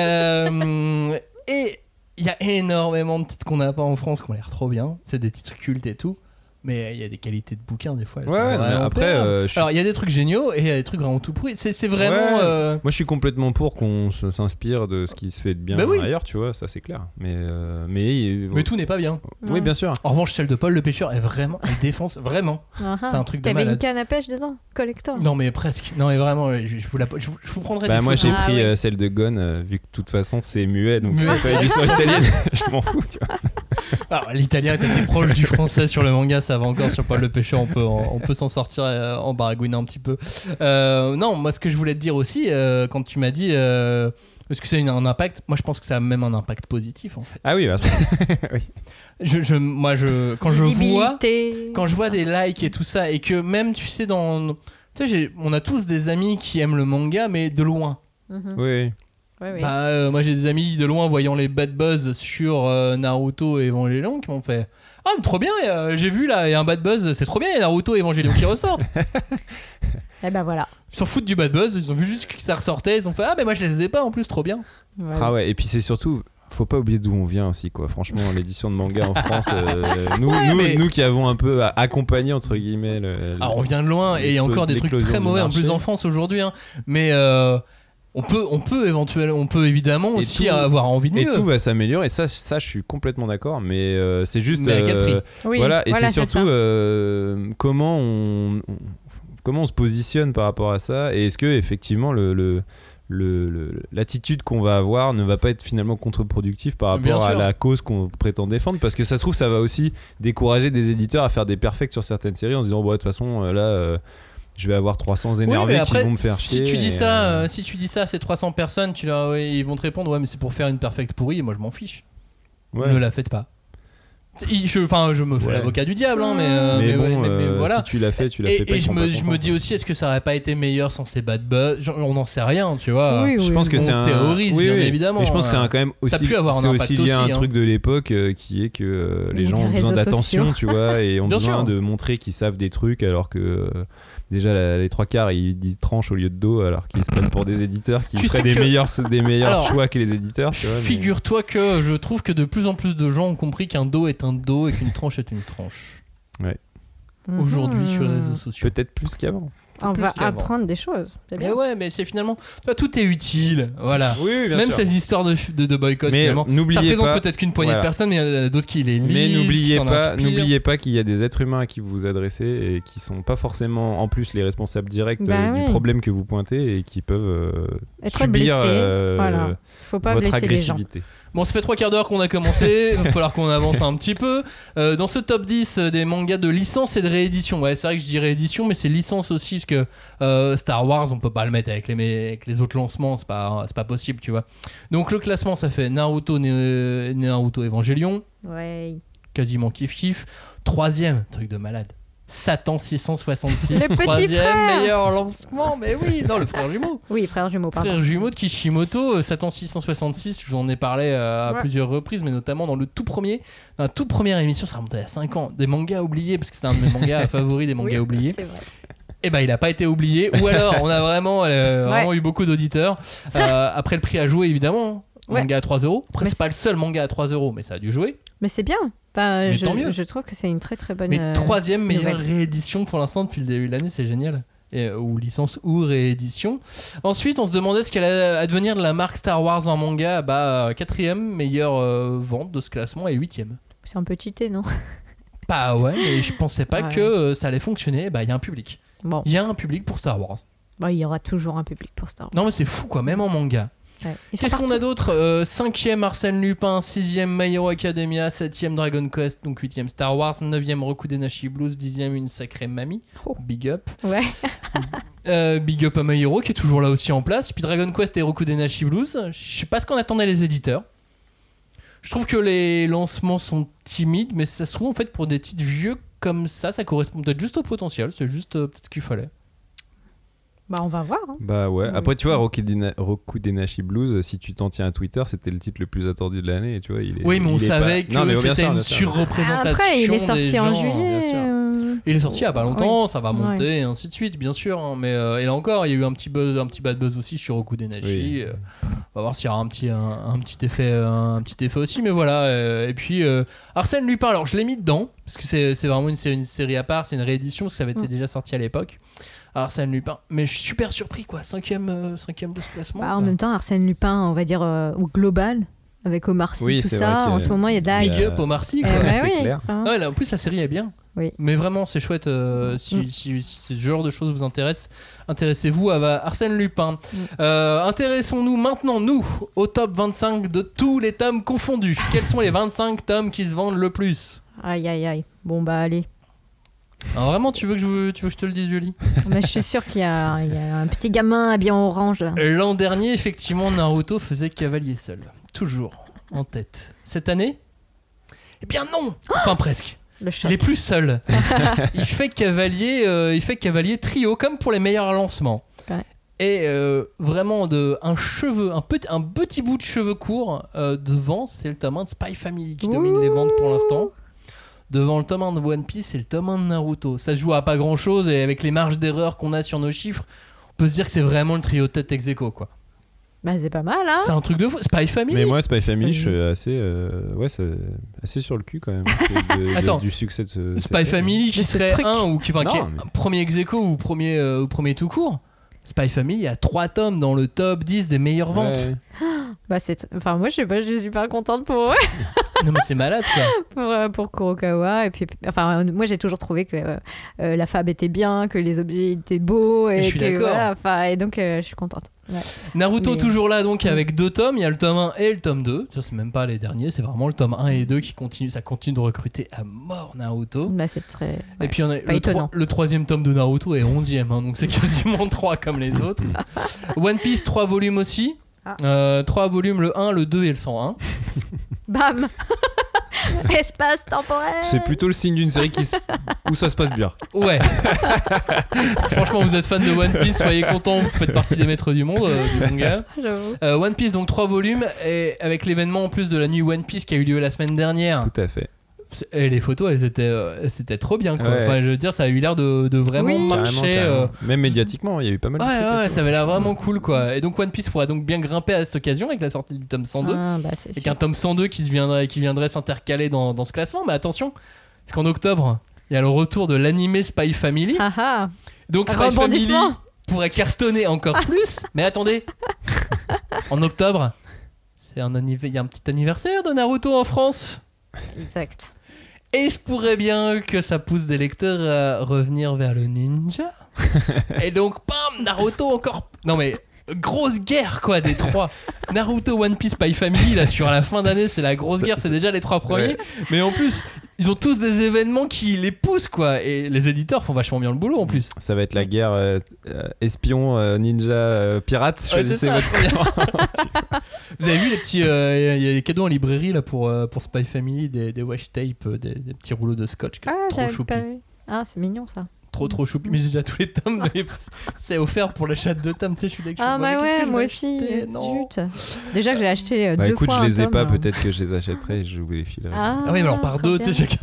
Et il y a énormément de titres qu'on n'a pas en France qui ont l'air trop bien. C'est des titres cultes et tout. Mais il y a des qualités de bouquins des fois. Après, alors il y a des trucs géniaux et il y a des trucs vraiment tout pourris. C'est vraiment. Moi je suis complètement pour qu'on s'inspire de ce qui se fait de bien ailleurs, tu vois, ça c'est clair. Mais tout n'est pas bien. Oui, bien sûr. En revanche, celle de Paul le pêcheur est vraiment, elle défonce vraiment. C'est un truc de malade. T'avais une canne à pêche dedans, collector. Non mais presque. Non mais vraiment, je vous prendrai des. Moi j'ai pris celle de Gon vu que de toute façon c'est muet, donc c'est pas l'édition italienne. Je m'en fous, tu vois. Alors, l'italien est assez proche du français sur le manga, ça va encore. Sur Paul le pêcheur, on peut s'en sortir en baragouinant un petit peu. Non, moi ce que je voulais te dire aussi, quand tu m'as dit est-ce que c'est un impact, moi je pense que ça a même un impact positif en fait. Ah oui, oui. Quand je vois des likes et tout ça, et que même tu sais on a tous des amis qui aiment le manga mais de loin. Oui. Oui. Moi j'ai des amis de loin voyant les bad buzz sur Naruto et Evangelion qui m'ont fait trop bien, j'ai vu là, il y a un bad buzz, c'est trop bien, il y a Naruto et Evangelion qui ressortent. Et ben voilà. Ils s'en foutent du bad buzz, ils ont vu juste que ça ressortait, ils ont fait mais moi je les ai pas en plus, trop bien. Ah ouais, et puis c'est surtout, faut pas oublier d'où on vient aussi quoi. Franchement, l'édition de manga en France, nous qui avons un peu accompagné entre guillemets alors on vient de loin et il y a encore des trucs très mauvais en plus en France aujourd'hui, mais on peut évidemment aussi avoir envie de mieux. Et tout va s'améliorer, et ça je suis complètement d'accord, mais c'est juste mais à quel prix voilà, et c'est surtout comment on se positionne par rapport à ça, et est-ce que effectivement l'attitude qu'on va avoir ne va pas être finalement contre-productive par rapport à la cause qu'on prétend défendre, parce que ça se trouve ça va aussi décourager des éditeurs à faire des perfects sur certaines séries en se disant de toute façon là je vais avoir 300 énervés qui vont me faire chier. Si tu dis ça à ces 300 personnes, ils vont te répondre mais c'est pour faire une perfect pourrie, et moi je m'en fiche. Ne la faites pas. Je me fais l'avocat du diable, mais voilà. Si tu l'as fait, pas. Et je me dis aussi, est-ce que ça aurait pas été meilleur sans ces bad buzz? On n'en sait rien, tu vois. Je pense que c'est un théorise, bien évidemment. Mais je pense que c'est quand même aussi. Ça a pu avoir un impact aussi lié à un truc de l'époque qui est que les gens ont besoin d'attention, tu vois, et ont besoin de montrer qu'ils savent des trucs, alors que déjà les trois quarts ils tranchent au lieu de dos, alors qu'ils se prennent pour des éditeurs qui feraient des meilleurs choix que les éditeurs, tu vois. Figure-toi que je trouve que de plus en plus de gens ont compris qu'un dos est un dos et qu'une tranche est une tranche. Ouais. Aujourd'hui sur les réseaux sociaux. Peut-être plus qu'avant. On va apprendre des choses. Mais c'est finalement tout est utile, voilà. Oui, même sûr. ces histoires de boycott, mais finalement, ça représente peut-être qu'une poignée de personnes, mais il y en a d'autres qui les lisent. Mais n'oubliez pas qu'il y a des êtres humains à qui vous vous adressez et qui sont pas forcément en plus les responsables directs du problème que vous pointez, et qui peuvent être subir Faut pas votre blesser agressivité. Les gens. Bon, ça fait 3/4 d'heure qu'on a commencé, il va falloir qu'on avance un petit peu. Dans ce top 10 des mangas de licence et de réédition, c'est vrai que je dis réédition, mais c'est licence aussi, parce que Star Wars, on peut pas le mettre avec les autres lancements, c'est pas possible, tu vois. Donc le classement, ça fait Naruto Evangelion, quasiment kiff. 3ème, truc de malade, Satan 666, 3ème meilleur lancement, mais oui, non, le frère jumeau. Oui, frère jumeau, pardon. Frère jumeau de Kishimoto, Satan 666, je vous en ai parlé à plusieurs reprises, mais notamment dans la toute première émission, ça remontait à 5 ans, des mangas oubliés, parce que c'est un de mes mangas favoris, des mangas oubliés. C'est vrai. Et il a pas été oublié, ou alors on a vraiment eu beaucoup d'auditeurs. Après le prix à jouer, évidemment, manga à 3€. Après, c'est pas le seul manga à 3€. mais ça a dû jouer. Mais c'est bien. Je trouve que c'est une très très bonne. Mais 3ème meilleure réédition pour l'instant depuis le début de l'année, c'est génial. Ou licence ou réédition. Ensuite, on se demandait ce qu'elle allait advenir de la marque Star Wars en manga. 4ème meilleure vente de ce classement et 8ème. C'est un peu cheaté, non? Mais je pensais pas que ça allait fonctionner. Il y a un public. Bon. Il y a un public pour Star Wars. Il y aura toujours un public pour Star Wars. Non, mais c'est fou quoi, même en manga. Ouais. Qu'est-ce qu'on a d'autre 5e Arsène Lupin, 6e My Hero Academia, 7e Dragon Quest, donc 8e Star Wars, 9e Rokudenashi Blues, 10e Une Sacrée Mamie. Big up. Ouais. Big up à My Hero qui est toujours là aussi en place. Puis Dragon Quest et Rokudenashi Blues, je sais pas ce qu'en attendaient les éditeurs. Je trouve que les lancements sont timides, mais ça se trouve en fait pour des titres vieux comme ça correspond peut-être juste au potentiel, c'est juste peut-être ce qu'il fallait. Bah on va voir. Hein. Bah ouais. Après tu vois Rokudenashi Blues, si tu t'en tiens à Twitter, c'était le titre le plus attendu de l'année. Et tu vois, mais on savait que c'était une surreprésentation. Après il est sorti en gens, juillet. Il est sorti il y a pas longtemps, ça va monter et ainsi de suite, bien sûr. Hein, mais et là encore, il y a eu un petit bad buzz aussi sur Rokudenashi. On va voir s'il y aura un petit effet aussi. Mais voilà. Et puis Arsène Lupin. Alors je l'ai mis dedans parce que c'est vraiment une série à part, c'est une réédition parce que ça avait été déjà sorti à l'époque. Arsène Lupin, mais je suis super surpris quoi, 5e de ce classement. En même temps, Arsène Lupin, on va dire au global, avec Omar Sy, tout ça. En ce moment, il y a de la big up Omar Sy quoi. C'est clair. Ouais, là, en plus la série est bien. Oui. Mais vraiment, c'est chouette. Si ce genre de choses vous intéresse, intéressez-vous à Arsène Lupin. Intéressons-nous maintenant, au top 25 de tous les tomes confondus. Quels sont les 25 tomes qui se vendent le plus ? Aïe. Bon, bah, allez. Alors, vraiment, tu veux que je te le dise, Julie ? Mais je suis sûre qu'il y a un petit gamin habillé en orange, là. L'an dernier, effectivement, Naruto faisait cavalier seul. Toujours en tête. Cette année ? Eh bien, non ! Enfin, presque. Il est plus seul. il fait cavalier trio comme pour les meilleurs lancements. Ouais. Et vraiment un petit bout de cheveux courts devant, c'est le tome 1 de Spy Family qui domine les ventes pour l'instant. Devant le tome 1 de One Piece et le tome 1 de Naruto. Ça se joue à pas grand chose et avec les marges d'erreur qu'on a sur nos chiffres, on peut se dire que c'est vraiment le trio tête ex aequo quoi. Bah c'est pas mal hein. C'est un truc de fou. Spy Family. Mais moi Spy Family je suis assez sur le cul quand même du succès de ce Spy Family qui serait qui est premier ex aequo ou premier tout court. Spy Family a 3 tomes dans le top 10 des meilleures ventes. Bah moi je sais pas, je suis pas contente pour eux. Non mais c'est malade quoi. pour Kurokawa et puis moi j'ai toujours trouvé que la fab était bien, que les objets étaient beaux et je suis d'accord. Et donc je suis contente. Ouais. Naruto toujours là donc avec 2 tomes, il y a le tome 1 et le tome 2. Ça c'est même pas les derniers, c'est vraiment le tome 1 et 2 qui continue de recruter à mort Naruto. Bah c'est très et puis on a le 3e tome de Naruto est 11e hein, donc c'est quasiment 3 comme les autres. One Piece 3 volumes aussi. 3 volumes, le 1, le 2 et le 101. Bam. Espace temporel. C'est plutôt le signe d'une série où ça se passe bien. Ouais. Franchement, vous êtes fan de One Piece, soyez contents, vous faites partie des maîtres du monde, du manga. J'avoue. One Piece, donc 3 volumes, et avec l'événement en plus de la nuit One Piece qui a eu lieu la semaine dernière. Tout à fait. Et les photos, c'était trop bien quoi. Ouais. Enfin, je veux dire, ça a eu l'air de vraiment marcher. Carrément. Même médiatiquement, il y a eu pas mal de trucs. Ça avait l'air vraiment cool quoi. Et donc One Piece pourra donc bien grimper à cette occasion avec la sortie du tome 102. Et qu'un tome 102 qui viendrait s'intercaler dans ce classement. Mais attention, parce qu'en octobre, il y a le retour de l'animé Spy Family. Donc Spy Family pourrait cartonner encore plus. Mais attendez, en octobre, il y a un petit anniversaire de Naruto en France. Exact. Et il se pourrait bien que ça pousse des lecteurs à revenir vers le ninja. Et donc, bam, Naruto encore. Non mais, grosse guerre quoi des 3. Naruto, One Piece, Spy Family, là sur la fin d'année, c'est la grosse guerre, c'est déjà les 3 premiers. Ouais. Mais en plus, ils ont tous des événements qui les poussent quoi. Et les éditeurs font vachement bien le boulot en plus. Ça va être la guerre espion, ninja, pirate. Choisissez votre camp. Vous avez vu les petits. Il y a des cadeaux en librairie là pour Spy Family, des washi tape, des petits rouleaux de scotch. Trop choupi. C'est mignon ça. Trop choupi, mais j'ai déjà tous les tomes. C'est offert pour l'achat de 2 tomes, tu sais, je suis d'accord. Moi aussi. Zut. Déjà que j'ai acheté 2 écoute, fois. Je les ai pas, peut-être que je les achèterai et je vous les filerai. Oui, mais alors par 2, tu sais, chacun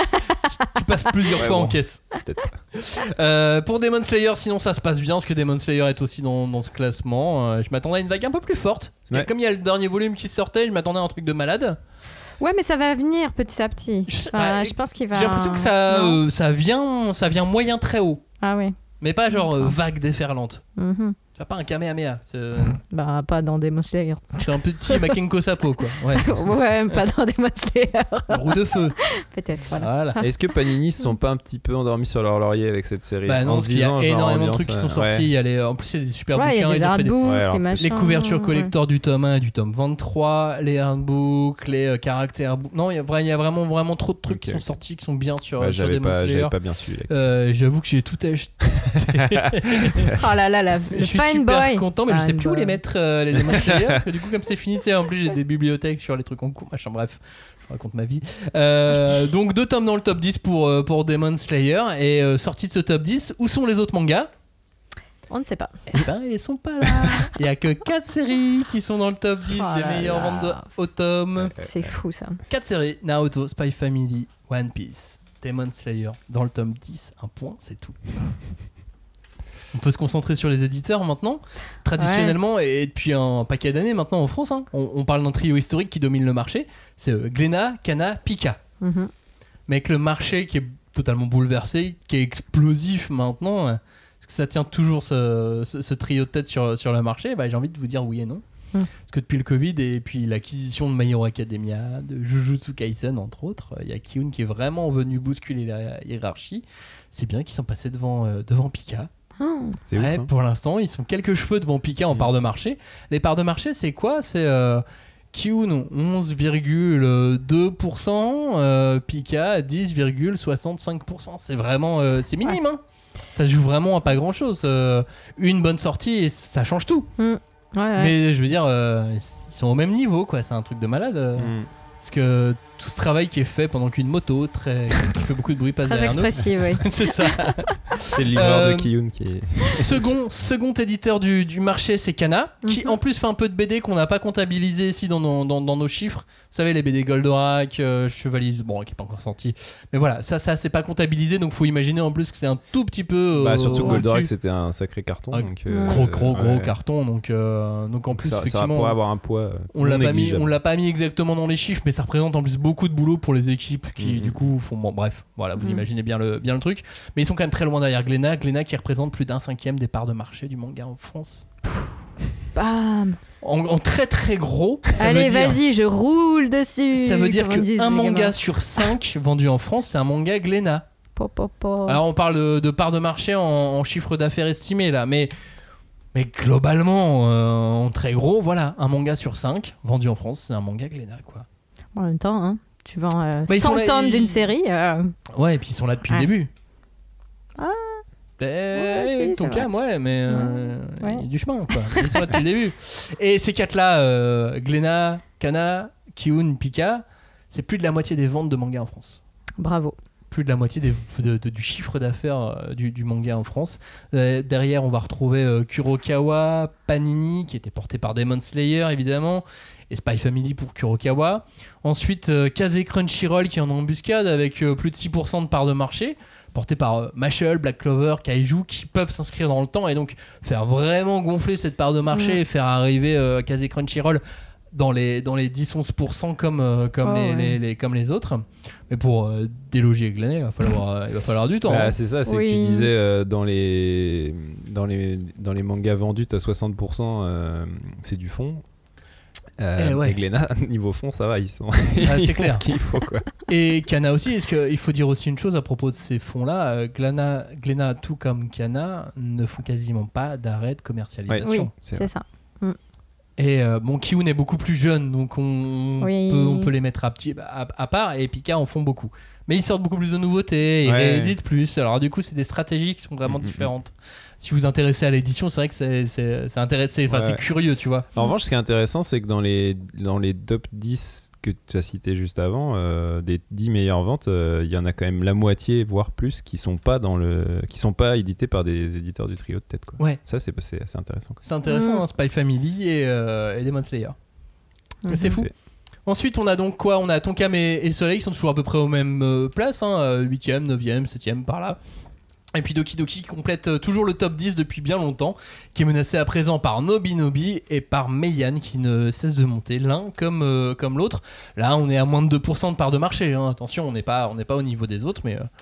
tu passes plusieurs fois en caisse. Peut-être pas. Pour Demon Slayer, sinon ça se passe bien, parce que Demon Slayer est aussi dans ce classement. Je m'attendais à une vague un peu plus forte. Parce que comme il y a le dernier volume qui sortait, je m'attendais à un truc de malade. Ouais, mais ça va venir petit à petit. Je pense qu'il va. J'ai l'impression que ça vient moyen très haut. Ah ouais. Mais pas genre vague déferlante. Mm-hmm. Tu vois, pas un Kamehameha. Bah, pas dans Demon Slayer. C'est un petit Makenko Sapo, quoi. Ouais. Ouais, pas dans Demon Slayer. Roue de feu. Peut-être, voilà. Est-ce que Panini se sont pas un petit peu endormis sur leur laurier avec cette série? Bah non, en parce se qu'il y a disant, énormément de ambiance, trucs qui sont sortis. ouais. En plus, il y a des super Ouais, il y bouquins. a des Ils ont fait artbooks, des les machins. couvertures collector du tome 1 et du tome 23, les artbooks, les caractères. Non, il y a vraiment trop de trucs qui sont sortis, qui sont bien sur Demon Slayer. J'avais pas bien suivi. J'avoue que j'ai tout acheté. Oh là là, je suis super content, mais je sais plus où les mettre, les Demon Slayer, parce que du coup, comme c'est fini, en plus j'ai des bibliothèques sur les trucs en cours, machin, bref, je raconte ma vie. Donc 2 tomes dans le top 10 pour Demon Slayer, et sorti de ce top 10, où sont les autres mangas? On ne sait pas. Eh ben, ils sont pas là. Il y a que 4 séries qui sont dans le top 10 des meilleures ventes automne. C'est fou ça. 4 séries: Naruto, Spy Family, One Piece, Demon Slayer. Dans le tome 10, un point, c'est tout. On peut se concentrer sur les éditeurs maintenant. Traditionnellement, et depuis un paquet d'années maintenant en France, on parle d'un trio historique qui domine le marché. C'est Glénat, Kana, Pika. Mm-hmm. Mais avec le marché qui est totalement bouleversé, qui est explosif maintenant, parce que ça tient toujours ce trio de tête sur le marché, bah, j'ai envie de vous dire oui et non. Parce que depuis le Covid et puis l'acquisition de My Hero Academia, de Jujutsu Kaisen entre autres, il y a Ki-un qui est vraiment venu bousculer la hiérarchie. C'est bien qu'ils sont passés devant Pika. C'est ouf, hein. Pour l'instant, ils sont quelques cheveux devant Pika en part de marché. Les parts de marché, c'est quoi? C'est Ki-un 11,2%, Pika 10,65%. C'est vraiment c'est minime. Hein. Ça se joue vraiment à pas grand chose. Une bonne sortie et ça change tout. Ouais. Mais je veux dire, ils sont au même niveau, quoi. C'est un truc de malade. Parce que tout ce travail qui est fait pendant qu'une moto qui fait beaucoup de bruit passe très derrière nous. expressive, oui. C'est ça. C'est le livreur de Ki-un qui est... Second éditeur du marché, c'est Kana, qui en plus fait un peu de BD qu'on n'a pas comptabilisé ici dans nos chiffres. Vous savez, les BD Goldorak, Chevalier, bon, qui n'est pas encore sorti. Mais voilà, ça c'est pas comptabilisé, donc faut imaginer en plus que c'est un tout petit peu... surtout Goldorak, c'était un sacré carton. Donc, gros carton, donc en plus, ça effectivement... pourrait avoir un poids on l'a pas mis exactement dans les chiffres, mais ça représente en plus beaucoup de boulot pour les équipes qui du coup font bref, voilà, vous imaginez bien le truc, mais ils sont quand même très loin derrière Glénat qui représente plus d'1/5 des parts de marché du manga en France. Bam. En très très gros. Allez, vas-y, je roule dessus. Ça veut dire qu'un manga sur 5 vendu en France, c'est un manga Glénat. Alors on parle de parts de marché en chiffre d'affaires estimé là, mais globalement en très gros, voilà, un manga sur 5 vendu en France, c'est un manga Glénat, quoi. En même temps, hein, tu vends 100 tomes d'une série. Ouais, et puis ils sont là depuis le début. Ton cas, ouais, mais il y a du chemin, quoi. Ils sont là depuis le début. Et ces 4-là, Glénat, Kana, Ki-un, Pika, c'est plus de la moitié des ventes de manga en France. Bravo. Plus de la moitié du chiffre d'affaires du manga en France. Derrière, on va retrouver Kurokawa, Panini, qui était porté par Demon Slayer, évidemment, et Spy Family pour Kurokawa. Ensuite, Kaze Crunchyroll, qui est en embuscade, avec plus de 6% de part de marché, porté par Mashle, Black Clover, Kaiju, qui peuvent s'inscrire dans le temps et donc faire vraiment gonfler cette part de marché et faire arriver Kaze Crunchyroll dans les 10-11% comme les autres. Mais pour déloger Glénat, il va falloir du temps. C'est ça, c'est que tu disais dans les mangas vendus, t'as 60%, c'est du fond. Et Glénat, niveau fond, ça va, ils c'est clair. Ce qu'il faut, quoi. Et Kana aussi, est-ce qu'il faut dire aussi une chose à propos de ces fonds-là, Glénat, tout comme Kana, ne font quasiment pas d'arrêt de commercialisation. Oui, c'est ça. Et Ki-un est beaucoup plus jeune, donc on peut les mettre à part, et Pika en font beaucoup. Mais ils sortent beaucoup plus de nouveautés, ils rééditent plus. Alors du coup, c'est des stratégies qui sont vraiment différentes. Si vous vous intéressez à l'édition, c'est vrai que c'est intéressant, c'est curieux, tu vois. En revanche, ce qui est intéressant, c'est que dans les top 10 que tu as cité juste avant, des 10 meilleures ventes, il y en a quand même la moitié, voire plus, qui sont pas pas édités par des éditeurs du trio de tête, quoi. Ouais. Ça, c'est assez intéressant, quoi. C'est intéressant, hein, Spy Family et Demon Slayer. C'est fou. Ensuite, on a donc quoi? On a Tonkam et Soleil qui sont toujours à peu près aux mêmes places, 8ème, 9ème, 7ème, par là. Et puis Doki Doki qui complète toujours le top 10 depuis bien longtemps, qui est menacé à présent par Nobi et par Meian qui ne cesse de monter, l'un comme l'autre. Là, on est à moins de 2% de part de marché, hein. Attention, on n'est pas au niveau des autres, mais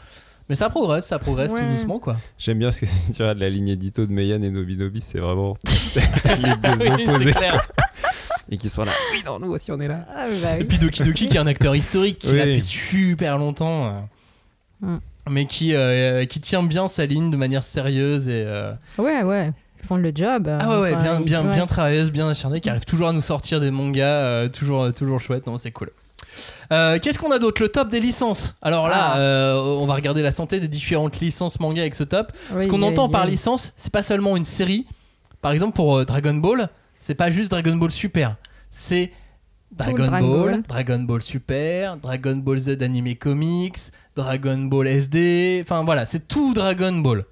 Mais ça progresse tout doucement, quoi. J'aime bien ce que tu regardes la ligne édito de Meian et Nobinobi, c'est vraiment les deux opposés. C'est clair. Et qui sont là, oui, non, nous aussi on est là. Ah, bah oui. Et puis Doki Doki, qui est un acteur historique, qui est là depuis super longtemps, mais qui tient bien sa ligne de manière sérieuse et. Ouais. Ils font le job. Bien travailleuse, bien acharnée, qui arrive toujours à nous sortir des mangas, toujours chouette. Non, c'est cool. Qu'est-ce qu'on a d'autre? Le top des licences. Alors là, on va regarder la santé des différentes licences manga avec ce top. Ce qu'on entend par licence, c'est pas seulement une série. Par exemple, pour Dragon Ball, c'est pas juste Dragon Ball Super. C'est Dragon Ball Super, Dragon Ball Z Anime Comics, Dragon Ball SD. Enfin voilà, c'est tout Dragon Ball.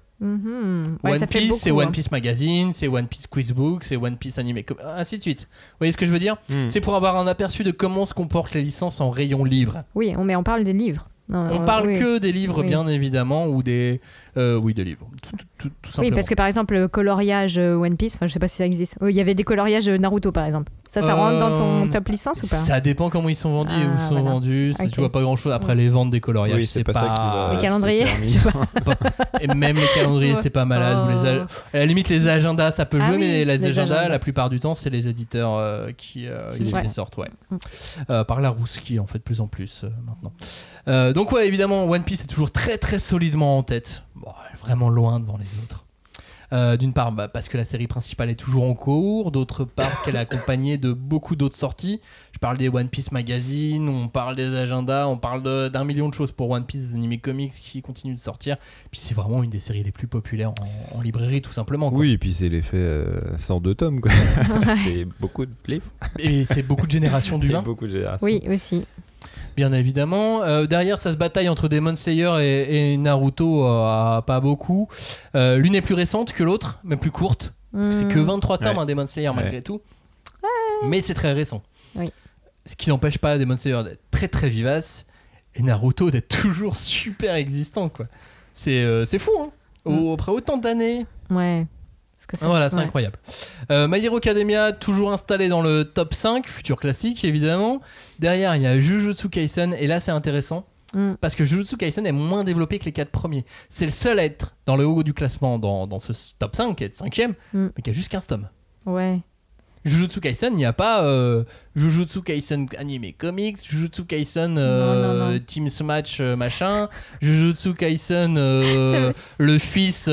One Piece, c'est One Piece Magazine, c'est One Piece Quizbook, c'est One Piece Anime, ainsi de suite. Vous voyez ce que je veux dire? C'est pour avoir un aperçu de comment se comportent les licences en rayon livre. Oui, mais on parle des livres. On parle que des livres, bien évidemment, ou des livres, tout simplement. Oui, parce que par exemple, le coloriage One Piece, je sais pas si ça existe. Il y avait des coloriages Naruto, par exemple. Ça rentre dans ton top licence ou pas? Ça dépend comment ils sont vendus et où ils sont vendus. Okay. Tu vois pas grand chose. Après, les ventes des coloriages, c'est pas ça qui va. Les calendriers, et même les calendriers, c'est pas malade. À la limite, les agendas, ça peut jouer, mais les agendas, la plupart du temps, c'est les éditeurs qui les sortent. Par Larouski, en fait, de plus en plus maintenant. Donc évidemment, One Piece est toujours très très solidement en tête. Vraiment loin devant les autres. D'une part parce que la série principale est toujours en cours, d'autre part parce qu'elle est accompagnée de beaucoup d'autres sorties. Je parle des One Piece Magazine, on parle des agendas, on parle d'un million de choses pour One Piece, des animés comics qui continuent de sortir. Puis c'est vraiment une des séries les plus populaires en librairie, tout simplement, quoi. Oui, et puis c'est l'effet 102 tomes, quoi. C'est beaucoup de livres. Et c'est beaucoup de générations d'humains. Beaucoup de générations. Oui, aussi. Bien évidemment. Derrière, ça se bataille entre Demon Slayer et Naruto, pas beaucoup. L'une est plus récente que l'autre, mais plus courte. Parce que c'est que 23 tomes, Demon Slayer, malgré tout. Mais c'est très récent. Oui. Ce qui n'empêche pas Demon Slayer d'être très très vivace et Naruto d'être toujours super existant, quoi. C'est fou, hein. Après autant d'années. Ouais. Voilà, c'est incroyable. My Hero Academia, toujours installé dans le top 5, futur classique évidemment. Derrière, il y a Jujutsu Kaisen, et là c'est intéressant parce que Jujutsu Kaisen est moins développé que les 4 premiers. C'est le seul à être dans le haut du classement dans ce top 5, qui est 5ème, mais qui a juste 15 tomes. Ouais. Jujutsu Kaisen, il n'y a pas Jujutsu Kaisen Anime Comics, Jujutsu Kaisen Team Smash machin, Jujutsu Kaisen le fils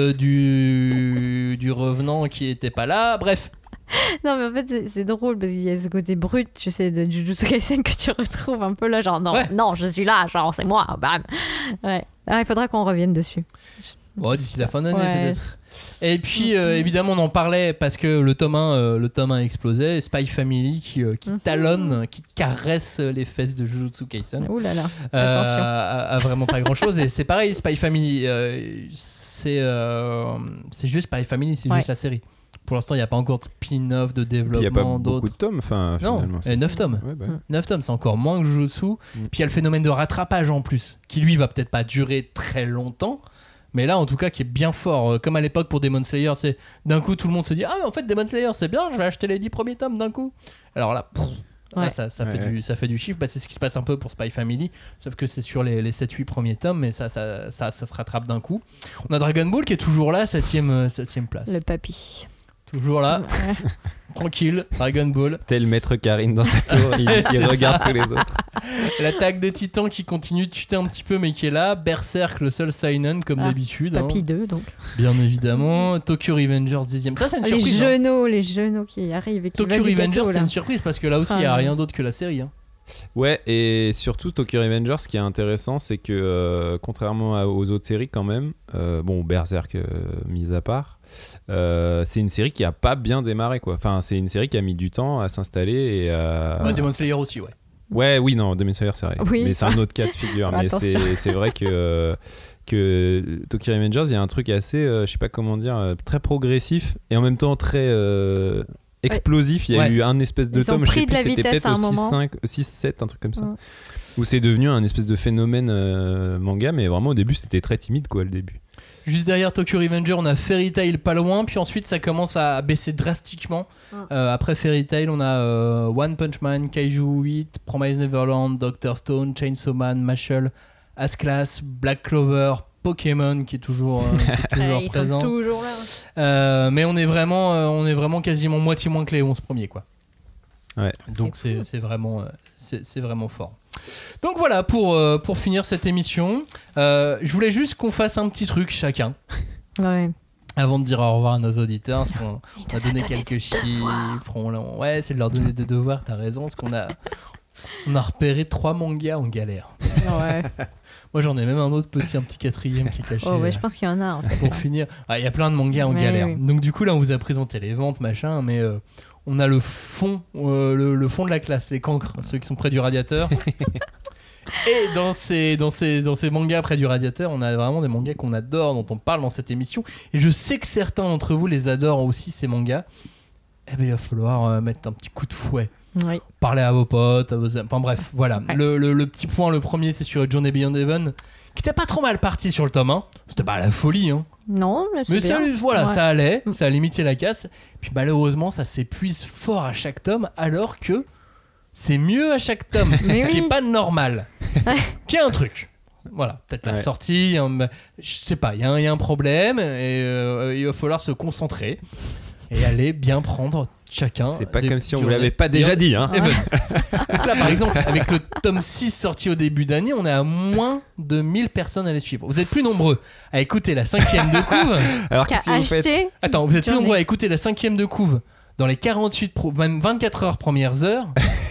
du revenant qui était pas là, bref. Non mais en fait c'est drôle parce qu'il y a ce côté brut, tu sais, de Jujutsu Kaisen que tu retrouves un peu là, genre non je suis là, genre c'est moi, bam. Ouais. Alors il faudra qu'on revienne dessus. D'ici la fin d'année peut-être. Et puis évidemment on en parlait parce que le tome 1 explosait. Spy Family qui talonne, qui caresse les fesses de Jujutsu Kaisen. Ouh là là, attention. A vraiment pas grand chose. Et c'est pareil, Spy Family, c'est juste Spy Family, c'est juste la série. Pour l'instant il n'y a pas encore de spin-off, de développement. Il n'y a pas beaucoup de tomes, non, 9 tomes. 9 tomes, c'est encore moins que Jujutsu. Puis il y a le phénomène de rattrapage en plus, qui lui va peut-être pas durer très longtemps. Mais là, en tout cas, qui est bien fort. Comme à l'époque pour Demon Slayer, c'est d'un coup, tout le monde se dit mais en fait, Demon Slayer, c'est bien, je vais acheter les 10 premiers tomes d'un coup. Alors là, ça fait du chiffre. C'est ce qui se passe un peu pour Spy Family, sauf que c'est sur les 7-8 premiers tomes, mais ça se rattrape d'un coup. On a Dragon Ball qui est toujours là, 7ème place. Le papy. Toujours là. Tranquille, Dragon Ball. Tel maître Karine dans sa tour, il regarde tous les autres. L'attaque des titans qui continue de chuter un petit peu, mais qui est là. Berserk, le seul seinen, comme d'habitude. Papy 2, donc. Bien évidemment. Tokyo Revengers 10ème. Ça, c'est une surprise. Les genoux qui arrivent. Et qui Tokyo Revengers, c'est une surprise parce que là aussi, il n'y a rien d'autre que la série. Ouais, et surtout Tokyo Revengers, ce qui est intéressant, c'est que contrairement aux autres séries, quand même, Berserk mis à part, c'est une série qui a pas bien démarré, quoi. Enfin, c'est une série qui a mis du temps à s'installer et Demon Slayer aussi, Demon Slayer c'est vrai, mais c'est un autre cas de figure. Mais c'est vrai que Tokyo Revengers, il y a un truc assez je sais pas comment dire, très progressif et en même temps très explosif. Il y a eu un espèce de tome, je sais plus, c'était peut-être au 6-7, un truc comme ça, où c'est devenu un espèce de phénomène manga, mais vraiment au début c'était très timide, quoi, le début. Juste derrière Tokyo Revenger, on a Fairy Tail pas loin, puis ensuite ça commence à baisser drastiquement. Après Fairy Tail, on a One Punch Man, Kaiju 8, Promise Neverland, Dr. Stone, Chainsaw Man, Mashle, As-Class, Black Clover, Pokémon qui est toujours ils présent. sont toujours là. Mais on est vraiment quasiment moitié moins que les 11 premiers, quoi. Ouais. Donc c'est vraiment fort. Donc voilà pour finir cette émission. Je voulais juste qu'on fasse un petit truc chacun. Ouais. Avant de dire au revoir à nos auditeurs, parce qu'on a donné quelques chiffres. Ouais, c'est de leur donner des devoirs, t'as raison, parce qu'on a repéré 3 mangas en galère. Ouais. Moi j'en ai même un petit quatrième qui est caché. Oh ouais, je pense qu'il y en a en fait. Pour finir, il y a plein de mangas en galère. Oui. Donc du coup là on vous a présenté les ventes, machin, mais on a le fond, le fond de la classe, les cancres, ceux qui sont près du radiateur. Et dans ces mangas près du radiateur, on a vraiment des mangas qu'on adore, dont on parle dans cette émission. Et je sais que certains d'entre vous les adorent aussi, ces mangas. Eh bien, il va falloir mettre un petit coup de fouet. Oui. Parler à vos potes, enfin bref, voilà. Ouais. Le petit point, le premier, c'est sur Journey Beyond Heaven, qui était pas trop mal parti sur le tome 1. C'était pas la folie, hein. Non, mais c'est Mais bien. voilà, Ouais. ça allait, ça a limité la casse. Puis malheureusement, ça s'épuise fort à chaque tome, alors que c'est mieux à chaque tome, Mais ce qui oui. est pas normal. Ouais. Qu'il y a un truc. Voilà, peut-être la sortie, je sais pas, il y a un problème et il va falloir se concentrer et aller bien prendre chacun. C'est pas comme si on vous l'avait pas déjà dit, hein. Donc là, par exemple, avec le tome 6 sorti au début d'année, on est à moins de 1000 personnes à les suivre. Vous êtes plus nombreux à écouter la 5e de couve. Alors qu'est-ce que vous faites ? Attends, vous êtes plus Journée. nombreux à écouter la 5e de couve dans les 24 heures premières heures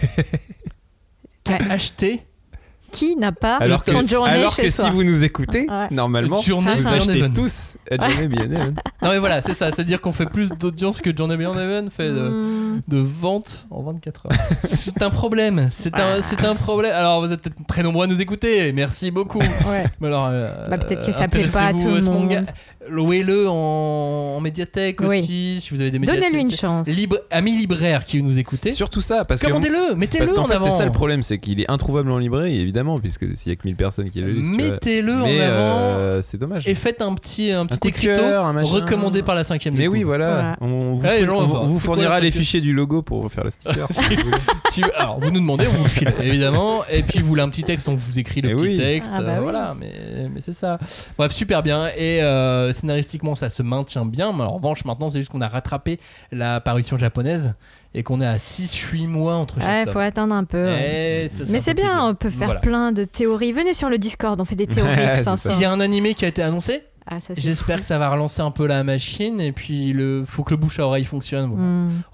qu'à acheter Qui n'a pas Alors son journée alors chez que soi. si vous nous écoutez, Ouais. normalement, Journée vous Beyond achetez Heaven. tous Journey Beyond Heaven. Non mais voilà, c'est ça, c'est-à-dire qu'on fait plus d'audience que Journey Beyond Heaven fait de ventes en 24 heures. C'est un problème, c'est un problème. Alors vous êtes peut-être très nombreux à nous écouter, et merci beaucoup. Ouais. Mais alors, Peut-être que ça plaît pas à intéressez-vous tout le ce monde. manga. Louez-le en médiathèque Oui. aussi, si vous avez des médiathèques. Donnez-lui une chance. Amis libraires qui nous écoutez, Surtout ça, parce que commandez-le, mettez-le parce qu'en en fait, avant. c'est ça le problème, c'est qu'il est introuvable en librairie, évidemment, puisque s'il y a que 1000 personnes qui le lisent. tu vois. Mettez-le en Mais, avant c'est dommage. et faites un petit coup de écriteau cœur, un machin. recommandé par la 5e de Mais couve. oui, voilà. Voilà. On vous, Ouais, les gens vont on voir. vous C'est quoi fournira la les 5e? fichiers du logo pour faire le sticker. si vous voulez. Alors, vous nous demandez, on vous le file, évidemment. Et puis, vous voulez un petit texte, on vous écrit le Eh petit oui. texte. Ah bah oui. Voilà, mais c'est ça. Bref, super bien. Et scénaristiquement, ça se maintient bien. Mais en revanche, maintenant, c'est juste qu'on a rattrapé la parution japonaise et qu'on est à 6-8 mois entre chaque Ouais, tome. faut attendre un peu. Et ça, Mais un c'est peu plus bien, dur. on peut faire Voilà. plein de théories. Venez sur le Discord, on fait des théories Ouais, tous c'est ça. ensemble. Il y a un animé qui a été annoncé. Ah, ça, c'est J'espère fou. que ça va relancer un peu la machine. Et puis, faut que le bouche à oreille fonctionne. Voilà.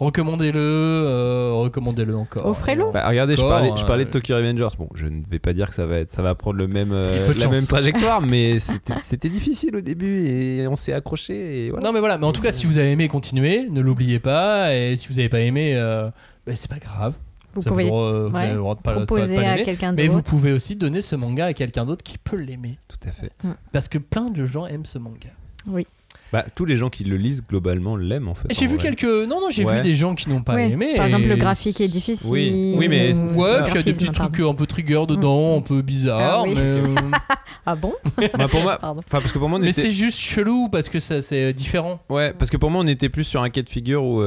Recommandez-le encore. Offrez-le. Bah, regardez, je Encore, parlais de Tokyo Revengers. Bon, je ne vais pas dire que ça va prendre le même, Peu de la chance. même trajectoire, mais c'était difficile au début et on s'est accroché. Et voilà. Non mais voilà, mais en tout cas si vous avez aimé, continuez, ne l'oubliez pas, et si vous n'avez pas aimé, c'est pas grave. Vous Ça, pouvez vous avez le droit de pas proposer à l'aimer, quelqu'un mais vous d'autre. pouvez aussi donner ce manga à quelqu'un d'autre qui peut l'aimer, Tout à fait. parce que plein de gens aiment ce manga. Bah, tous les gens qui le lisent globalement l'aiment en fait. Et j'ai en vu vrai. j'ai vu des gens qui n'ont pas Ouais. aimé. Par exemple, et le graphique est difficile. Oui, mais c'est Ouais, ça. puis il y a des petits trucs un peu trigger dedans, un peu bizarres, Ah oui. mais, Ah bon Bah, pour moi, Pardon. parce que pour moi, on mais était... c'est juste chelou parce que ça c'est différent. Ouais, parce que pour moi, on était plus sur un cas de figure où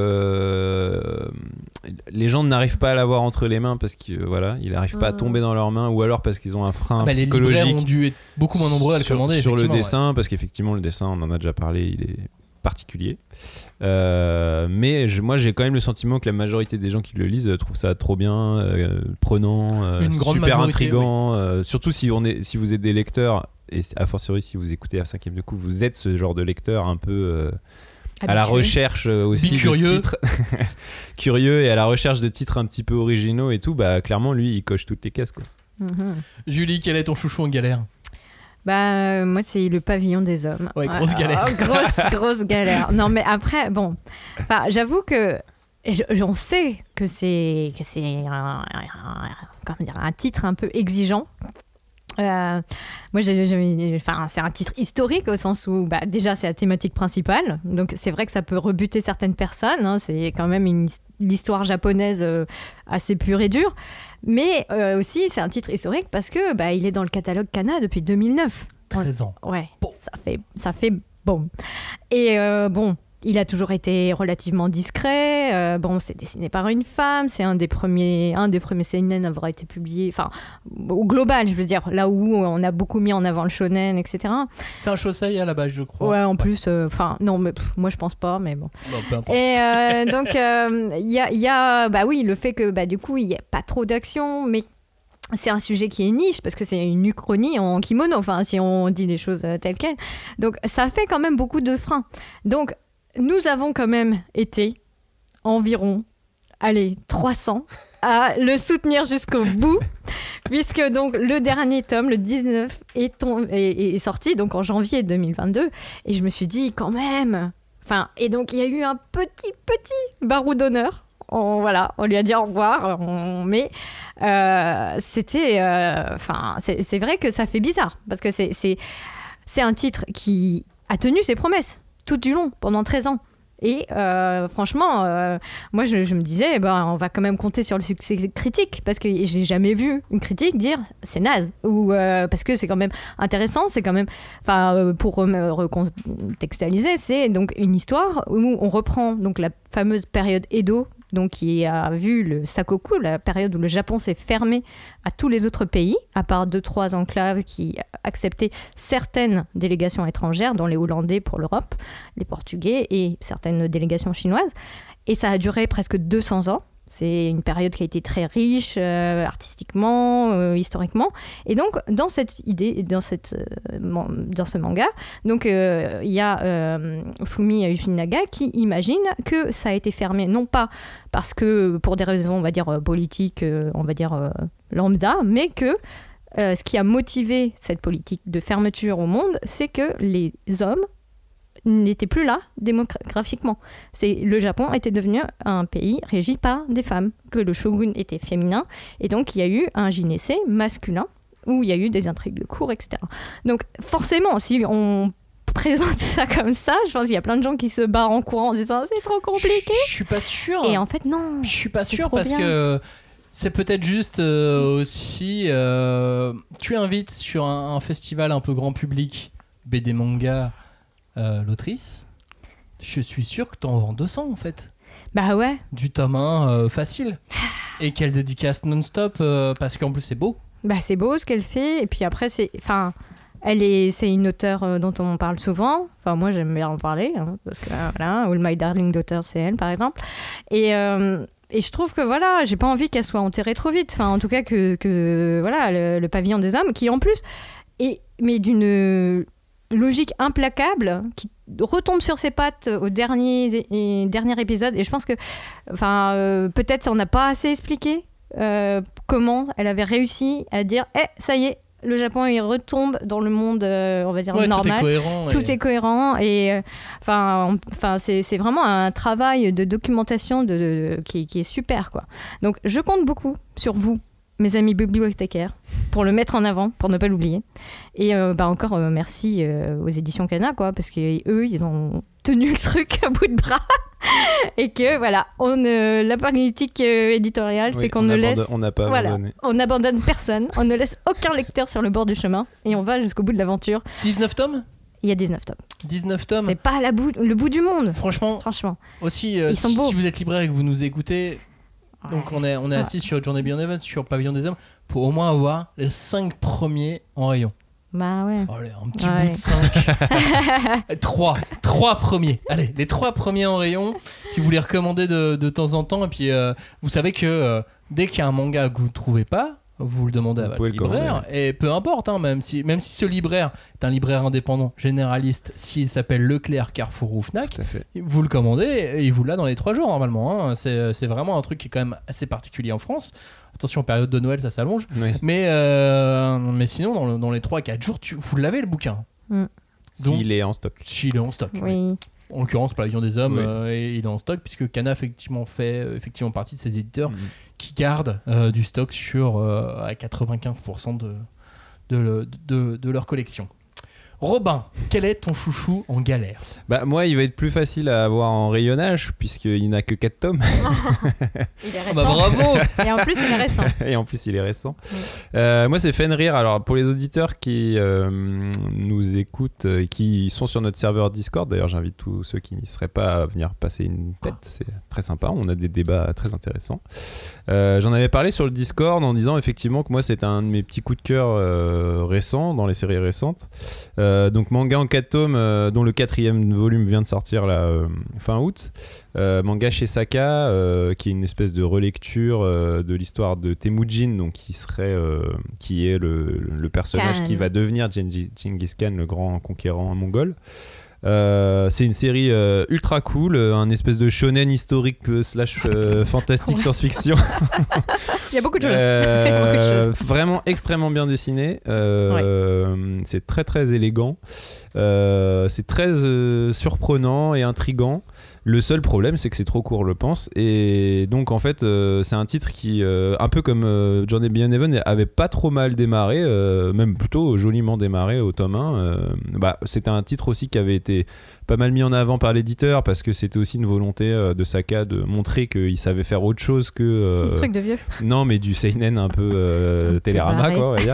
les gens n'arrivent pas à l'avoir entre les mains parce qu'il il n'arrive pas à tomber dans leurs mains, ou alors parce qu'ils ont un frein Les psychologique. libraires ont dû être beaucoup moins nombreux à le commander. Sur le effectivement, ouais. dessin, parce qu'effectivement, le dessin, on en a déjà parlé, il est particulier. Mais moi, j'ai quand même le sentiment que la majorité des gens qui le lisent trouvent ça trop bien, prenant, Une grande super majorité, intriguant. Surtout si vous êtes des lecteurs, et a fortiori si vous écoutez la 5e de couve, vous êtes ce genre de lecteur un peu à la Habitué. recherche aussi Bicurieux. de titres curieux, et à la recherche de titres un petit peu originaux et tout. Bah clairement, lui, il coche toutes les cases, quoi. Mhm. Julie, quel est ton chouchou en galère? Moi, c'est le pavillon des hommes. Ouais, grosse galère. Grosse galère. Non, mais après, bon. Enfin, j'avoue que on sait que c'est un titre un peu exigeant. Moi, c'est un titre historique au sens où, déjà, c'est la thématique principale. Donc, c'est vrai que ça peut rebuter certaines personnes. Hein. C'est quand même l'histoire japonaise assez pure et dure. Mais aussi, c'est un titre historique parce que il est dans le catalogue Kana depuis 2009. 13 ans. Ouais, Bon. ça fait bon. Et Il a toujours été relativement discret. C'est dessiné par une femme. C'est un des premiers seinen à avoir été publié. Enfin, au global, je veux dire, là où on a beaucoup mis en avant le shonen, etc. C'est un shosei à la base, je crois. Ouais, en plus, non, mais moi je pense pas, mais bon. Peu importe. Et donc, il y a, le fait que du coup, il y a pas trop d'action, mais c'est un sujet qui est niche parce que c'est une uchronie en kimono. Enfin, si on dit les choses telles quelles. Donc, ça fait quand même beaucoup de freins. Donc nous avons quand même été environ, 300 à le soutenir jusqu'au bout, puisque donc le dernier tome, le 19, est sorti donc en janvier 2022, et je me suis dit quand même, et donc il y a eu un petit barreau d'honneur. On lui a dit au revoir, mais c'était, c'est vrai que ça fait bizarre, parce que c'est un titre qui a tenu ses promesses tout du long, pendant 13 ans. Et franchement, moi je me disais, on va quand même compter sur le succès critique, parce que j'ai jamais vu une critique dire c'est naze, ou parce que c'est quand même intéressant, c'est quand même, pour recontextualiser, c'est donc une histoire où on reprend donc la fameuse période Edo, donc qui a vu le Sakoku, la période où le Japon s'est fermé à tous les autres pays, à part 2-3 enclaves qui acceptaient certaines délégations étrangères, dont les Hollandais pour l'Europe, les Portugais et certaines délégations chinoises. Et ça a duré presque 200 ans. C'est une période qui a été très riche artistiquement, historiquement. Et donc, dans cette idée, dans ce manga, donc il y a Fumi Yoshinaga qui imagine que ça a été fermé, non pas parce que pour des raisons, on va dire politiques, lambda, mais que ce qui a motivé cette politique de fermeture au monde, c'est que les hommes n'était plus là démographiquement. Le Japon était devenu un pays régi par des femmes, que le shogun était féminin, et donc il y a eu un gynécée masculin, où il y a eu des intrigues de cour, etc. Donc forcément, si on présente ça comme ça, je pense qu'il y a plein de gens qui se barrent en courant en disant c'est trop compliqué. Je suis pas sûr. Et en fait non. Je suis pas sûr parce que c'est peut-être juste aussi tu invites sur un festival un peu grand public BD manga l'autrice, je suis sûr que t'en vends 200 en fait. Bah ouais. Du tome 1 facile. Et qu'elle dédicace non-stop parce qu'en plus c'est beau. Bah c'est beau ce qu'elle fait, et puis après c'est une auteure dont on parle souvent. Enfin moi j'aime bien en parler parce que voilà, All My Darling Daughter c'est elle par exemple. Et je trouve que voilà, j'ai pas envie qu'elle soit enterrée trop vite. Enfin en tout cas que voilà le pavillon des hommes qui en plus mais d'une logique implacable qui retombe sur ses pattes au dernier épisode, et je pense que peut-être on n'a pas assez expliqué comment elle avait réussi à dire ça y est, le Japon il retombe dans le monde on va dire normal, tout est cohérent et c'est vraiment un travail de documentation qui est super quoi. Donc je compte beaucoup sur vous, mes amis bibliothécaires, pour le mettre en avant, pour ne pas l'oublier. Et encore merci aux éditions Kana, quoi, parce qu'eux, ils ont tenu le truc à bout de bras. Et que voilà, la politique éditoriale fait qu'on on n'abandonne personne, on ne laisse aucun lecteur sur le bord du chemin, et on va jusqu'au bout de l'aventure. 19 tomes ? Il y a 19 tomes. 19 tomes. C'est pas le bout du monde. Franchement. Aussi, ils sont beaux. Si vous êtes libraire et que vous nous écoutez, donc on est assis sur Journey Beyond Heaven, sur Pavillon des Hommes, pour au moins avoir les 5 premiers en rayon. Bah ouais. Allez, un petit bout de 5. 3 premiers. Allez, les 3 premiers en rayon, puis vous les recommandez de temps en temps, et puis vous savez que dès qu'il y a un manga que vous ne trouvez pas, vous le demandez à votre libraire, et peu importe, même si ce libraire est un libraire indépendant, généraliste, s'il s'appelle Leclerc, Carrefour ou Fnac, vous le commandez et il vous l'a dans les 3 jours normalement. C'est vraiment un truc qui est quand même assez particulier en France. Attention, période de Noël, ça s'allonge. Oui. Mais sinon, dans les 3-4 jours, vous l'avez le bouquin. S'il est en stock. S'il est en stock. Oui. En l'occurrence, Pavillon des Hommes, il est en stock, puisque Kana fait effectivement partie de ces éditeurs qui gardent du stock sur à 95% de leur collection. Robin, quel est ton chouchou en galère? Bah moi il va être plus facile à avoir en rayonnage puisqu'il n'a que 4 tomes. Il est récent. Bah bravo. Et en plus il est récent. Et en plus il est récent. Moi c'est Fenrir. Alors pour les auditeurs qui nous écoutent et qui sont sur notre serveur Discord, d'ailleurs j'invite tous ceux qui n'y seraient pas à venir passer une tête, c'est très sympa, on a des débats très intéressants. J'en avais parlé sur le Discord en disant effectivement que moi c'est un de mes petits coups de cœur récents dans les séries récentes. Donc manga en 4 tomes dont le 4e volume vient de sortir là, fin août. Manga chez Saka qui est une espèce de relecture de l'histoire de Temujin, donc qui est le personnage Khan. qui va devenir Genghis Khan, le grand conquérant mongol. C'est une série ultra cool, un espèce de shonen historique / fantastique science-fiction. Il y a beaucoup de choses. Vraiment extrêmement bien dessiné. C'est très très élégant. C'est très surprenant et intriguant. Le seul problème, c'est que c'est trop court, je pense. Et donc, en fait, c'est un titre qui, un peu comme Journey Beyond Heaven, avait pas trop mal démarré, même plutôt joliment démarré au tome 1. C'était un titre aussi qui avait été pas mal mis en avant par l'éditeur parce que c'était aussi une volonté de Saka de montrer qu'il savait faire autre chose que... Ce truc de vieux. Non, mais du seinen un peu Télérama, quoi, on va dire.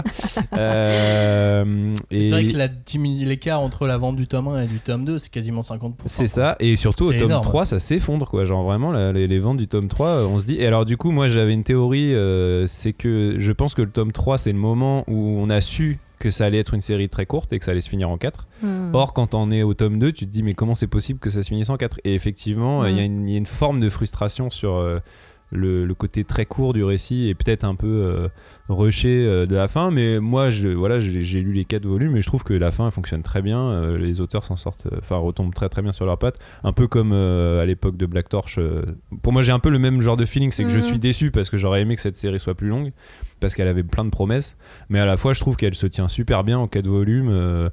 Et c'est vrai que l'écart entre la vente du tome 1 et du tome 2, c'est quasiment 50%. C'est ça, et surtout c'est au tome énorme. 3, ça s'effondre, quoi. Genre vraiment, les ventes du tome 3, on se dit... Et alors du coup, moi j'avais une théorie, c'est que je pense que le tome 3, c'est le moment où on a su que ça allait être une série très courte et que ça allait se finir en 4. Or, quand on est au tome 2, tu te dis, mais comment c'est possible que ça se finisse en 4 ? Et effectivement, il y a une forme de frustration sur le côté très court du récit et peut-être un peu rushé de la fin. Mais moi, j'ai lu les 4 volumes et je trouve que la fin fonctionne très bien. Les auteurs s'en sortent, retombent très très bien sur leurs pattes. Un peu comme à l'époque de Black Torch. Pour moi, j'ai un peu le même genre de feeling, c'est que je suis déçu parce que j'aurais aimé que cette série soit plus longue, parce qu'elle avait plein de promesses. Mais à la fois, je trouve qu'elle se tient super bien en 4 volumes.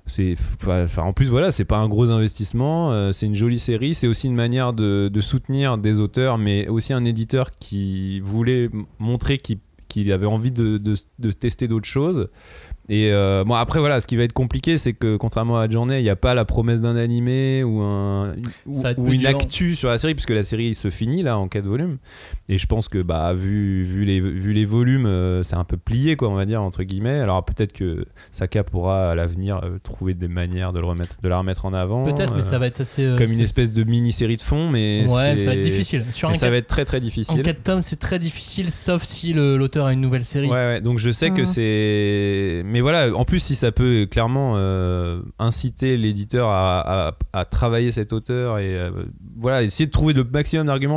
En plus voilà, c'est pas un gros investissement, c'est une jolie série, c'est aussi une manière de soutenir des auteurs, mais aussi un éditeur qui voulait montrer qu'il avait envie de tester d'autres choses. Et bon, après voilà, ce qui va être compliqué, c'est que contrairement à Journée, il n'y a pas la promesse d'un animé ou une actu sur la série, puisque la série se finit là en 4 volumes. Et je pense que vu les volumes, c'est un peu plié, quoi, on va dire, entre guillemets. Alors peut-être que Saka pourra à l'avenir trouver des manières de la remettre en avant. Peut-être, mais ça va être assez comme une espèce de mini-série de fond, mais ça va être difficile. Ça va être très très difficile. En 4 tomes, c'est très difficile, sauf si l'auteur a une nouvelle série. Ouais, donc je sais que c'est... Mais voilà, en plus, si ça peut clairement inciter l'éditeur à travailler cet auteur et essayer de trouver le maximum d'arguments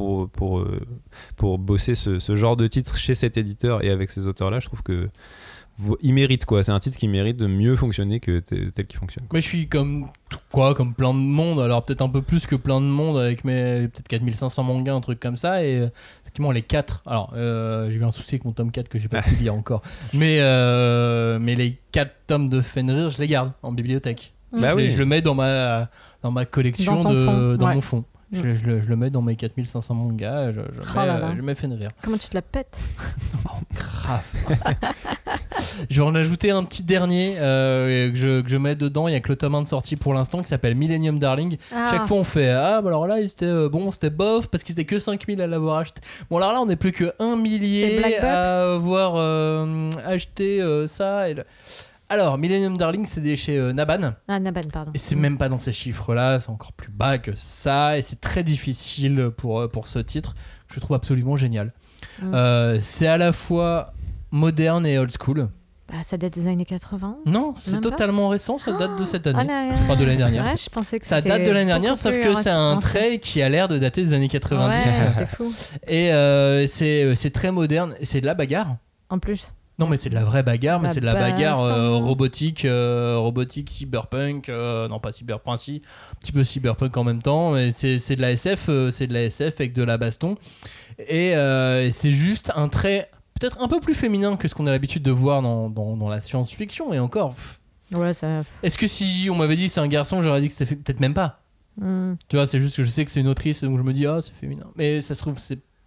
pour bosser ce genre de titre chez cet éditeur et avec ces auteurs-là, je trouve que il mérite, quoi. C'est un titre qui mérite de mieux fonctionner que tel qu'il fonctionne, quoi. Mais je suis comme plein de monde, alors peut-être un peu plus que plein de monde avec mes peut-être 4500 mangas, un truc comme ça, et effectivement les 4, alors j'ai eu un souci avec mon tome 4 que j'ai pas pu lire encore, mais les 4 tomes de Fenrir, je les garde en bibliothèque. Je le mets dans ma collection, dans mon fond. Je le mets dans mes 4500 mangas, je mets Fenrir. Comment tu te la pètes? Oh, grave. Je vais en ajouter un petit dernier que je mets dedans. Il y a que le tome 1 de sortie pour l'instant qui s'appelle Millennium Darling. Chaque fois on fait alors là c'était bof parce qu'il était que 5000 à l'avoir acheté. Bon alors là on n'est plus que 1 millier à avoir acheté ça. Alors, Millennium Darling, c'est chez Naban. Ah, Naban, pardon. Et c'est même pas dans ces chiffres-là, c'est encore plus bas que ça, et c'est très difficile pour ce titre, que je trouve absolument génial. C'est à la fois moderne et old school. Ça date des années 80 ? Non, c'est totalement récent, ça date de cette année. Enfin, de l'année dernière. Ouais, je pensais que ça date de l'année dernière, sauf que c'est un trait qui a l'air de dater des années 90. Ouais, c'est fou. Et c'est très moderne, et c'est de la bagarre. En plus. Non, mais c'est de la vraie bagarre, mais c'est de la bagarre robotique, cyberpunk, non pas cyberpunk, si, un petit peu cyberpunk en même temps, mais c'est de la SF, avec de la baston, et c'est juste un trait peut-être un peu plus féminin que ce qu'on a l'habitude de voir dans la science-fiction, et encore. Ouais, ça... Est-ce que si on m'avait dit c'est un garçon, j'aurais dit que c'était peut-être même pas. Tu vois, c'est juste que je sais que c'est une autrice, donc je me dis c'est féminin, mais ça se trouve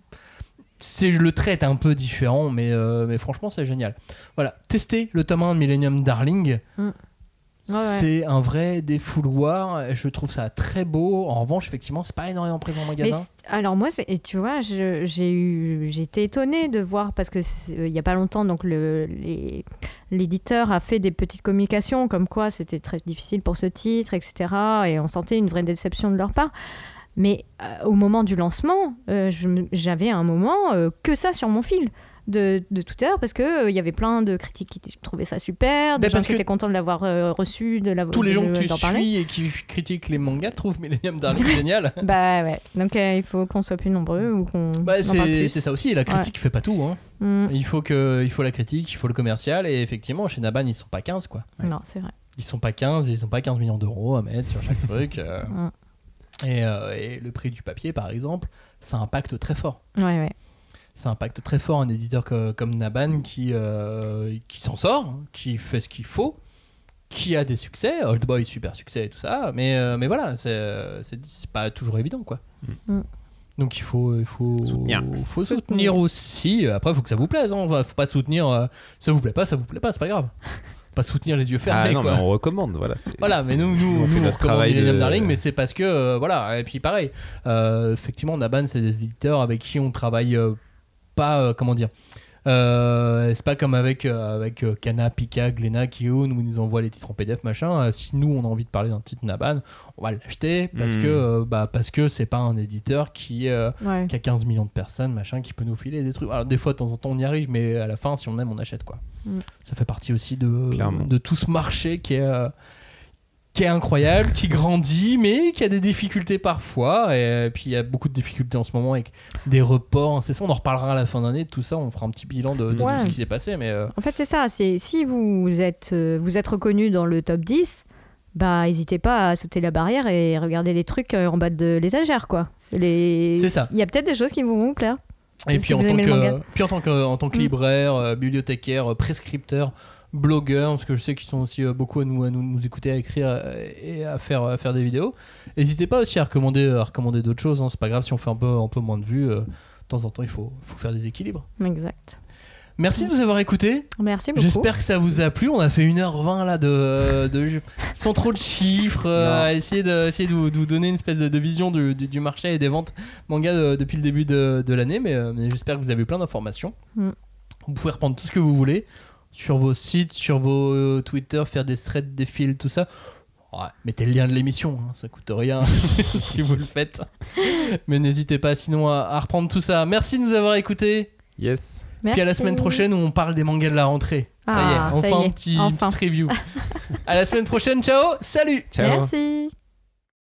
le trait est un peu différent, mais franchement c'est génial. Voilà, testez le tome 1 de Millennium Darling. C'est un vrai défouloir. Je trouve ça très beau. En revanche, effectivement, c'est pas énormément présent en magasin. Alors moi, tu vois, j'ai été étonnée de voir parce que il y a pas longtemps, donc l'éditeur a fait des petites communications comme quoi c'était très difficile pour ce titre, etc. Et on sentait une vraie déception de leur part. Mais au moment du lancement, j'avais un moment que ça sur mon fil. De Twitter parce que il y avait plein de critiques qui trouvaient ça super, de gens qui étaient contents de l'avoir reçu, tous les gens que tu suis et qui critiquent les mangas trouvent Millennium Darling génial. Bah ouais, donc il faut qu'on soit plus nombreux ou qu'on en parle plus. C'est ça aussi, la critique fait pas tout hein. Il faut la critique, il faut le commercial et effectivement chez Naban ils sont pas 15 quoi. Non, c'est vrai. Ils sont pas 15 millions d'euros à mettre sur chaque truc et le prix du papier par exemple, ça impacte très fort. Ouais. Ça impacte très fort un éditeur comme Naban qui s'en sort, qui fait ce qu'il faut, qui a des succès, Old Boy super succès et tout ça, mais voilà, c'est pas toujours évident quoi. Donc il faut soutenir aussi. Après il faut que ça vous plaise, faut pas soutenir, ça vous plaît pas, c'est pas grave. Pas soutenir les yeux fermés quoi. Mais on recommande mais nous on recommande Millennium Darling mais c'est parce que voilà, et puis pareil effectivement Naban c'est des éditeurs avec qui on travaille pas comment dire c'est pas comme avec Kana, Pika, Glénat qui nous envoient les titres en PDF machin. Si nous on a envie de parler d'un titre Naban, on va l'acheter parce que c'est pas un éditeur qui a 15 millions de personnes machin qui peut nous filer des trucs. Alors des fois de temps en temps on y arrive mais à la fin si on aime on achète quoi. Ça fait partie aussi de tout ce marché qui est incroyable, qui grandit, mais qui a des difficultés parfois. Et puis il y a beaucoup de difficultés en ce moment avec des reports incessants. On en reparlera à la fin d'année de tout ça. On fera un petit bilan de tout ce qui s'est passé. Mais en fait, c'est ça. Si vous êtes reconnu dans le top 10, n'hésitez pas à sauter la barrière et regarder les trucs en bas de l'étagère, quoi. C'est ça. Il y a peut-être des choses qui vont vous plaire. Et puis en tant que libraire, bibliothécaire, prescripteur, blogueurs, parce que je sais qu'ils sont aussi beaucoup à nous écouter, à écrire et à faire des vidéos. N'hésitez pas aussi à recommander d'autres choses. C'est pas grave si on fait un peu moins de vues. De temps en temps, il faut faire des équilibres. Exact. Merci de nous avoir écoutés. Merci beaucoup. J'espère que ça vous a plu. On a fait 1h20 là de sans trop de chiffres, à essayer de vous donner une espèce de vision du marché et des ventes manga depuis le début de l'année. Mais j'espère que vous avez eu plein d'informations. Vous pouvez reprendre tout ce que vous voulez sur vos sites, sur vos Twitter, faire des threads, des fils, tout ça. Mettez le lien de l'émission, ça coûte rien si vous le faites. Mais n'hésitez pas sinon à reprendre tout ça. Merci de nous avoir écoutés. Yes. Merci. Puis à la semaine prochaine où on parle des mangas de la rentrée. Ça y est, on fait une petite review. À la semaine prochaine, ciao, salut. Ciao. Merci.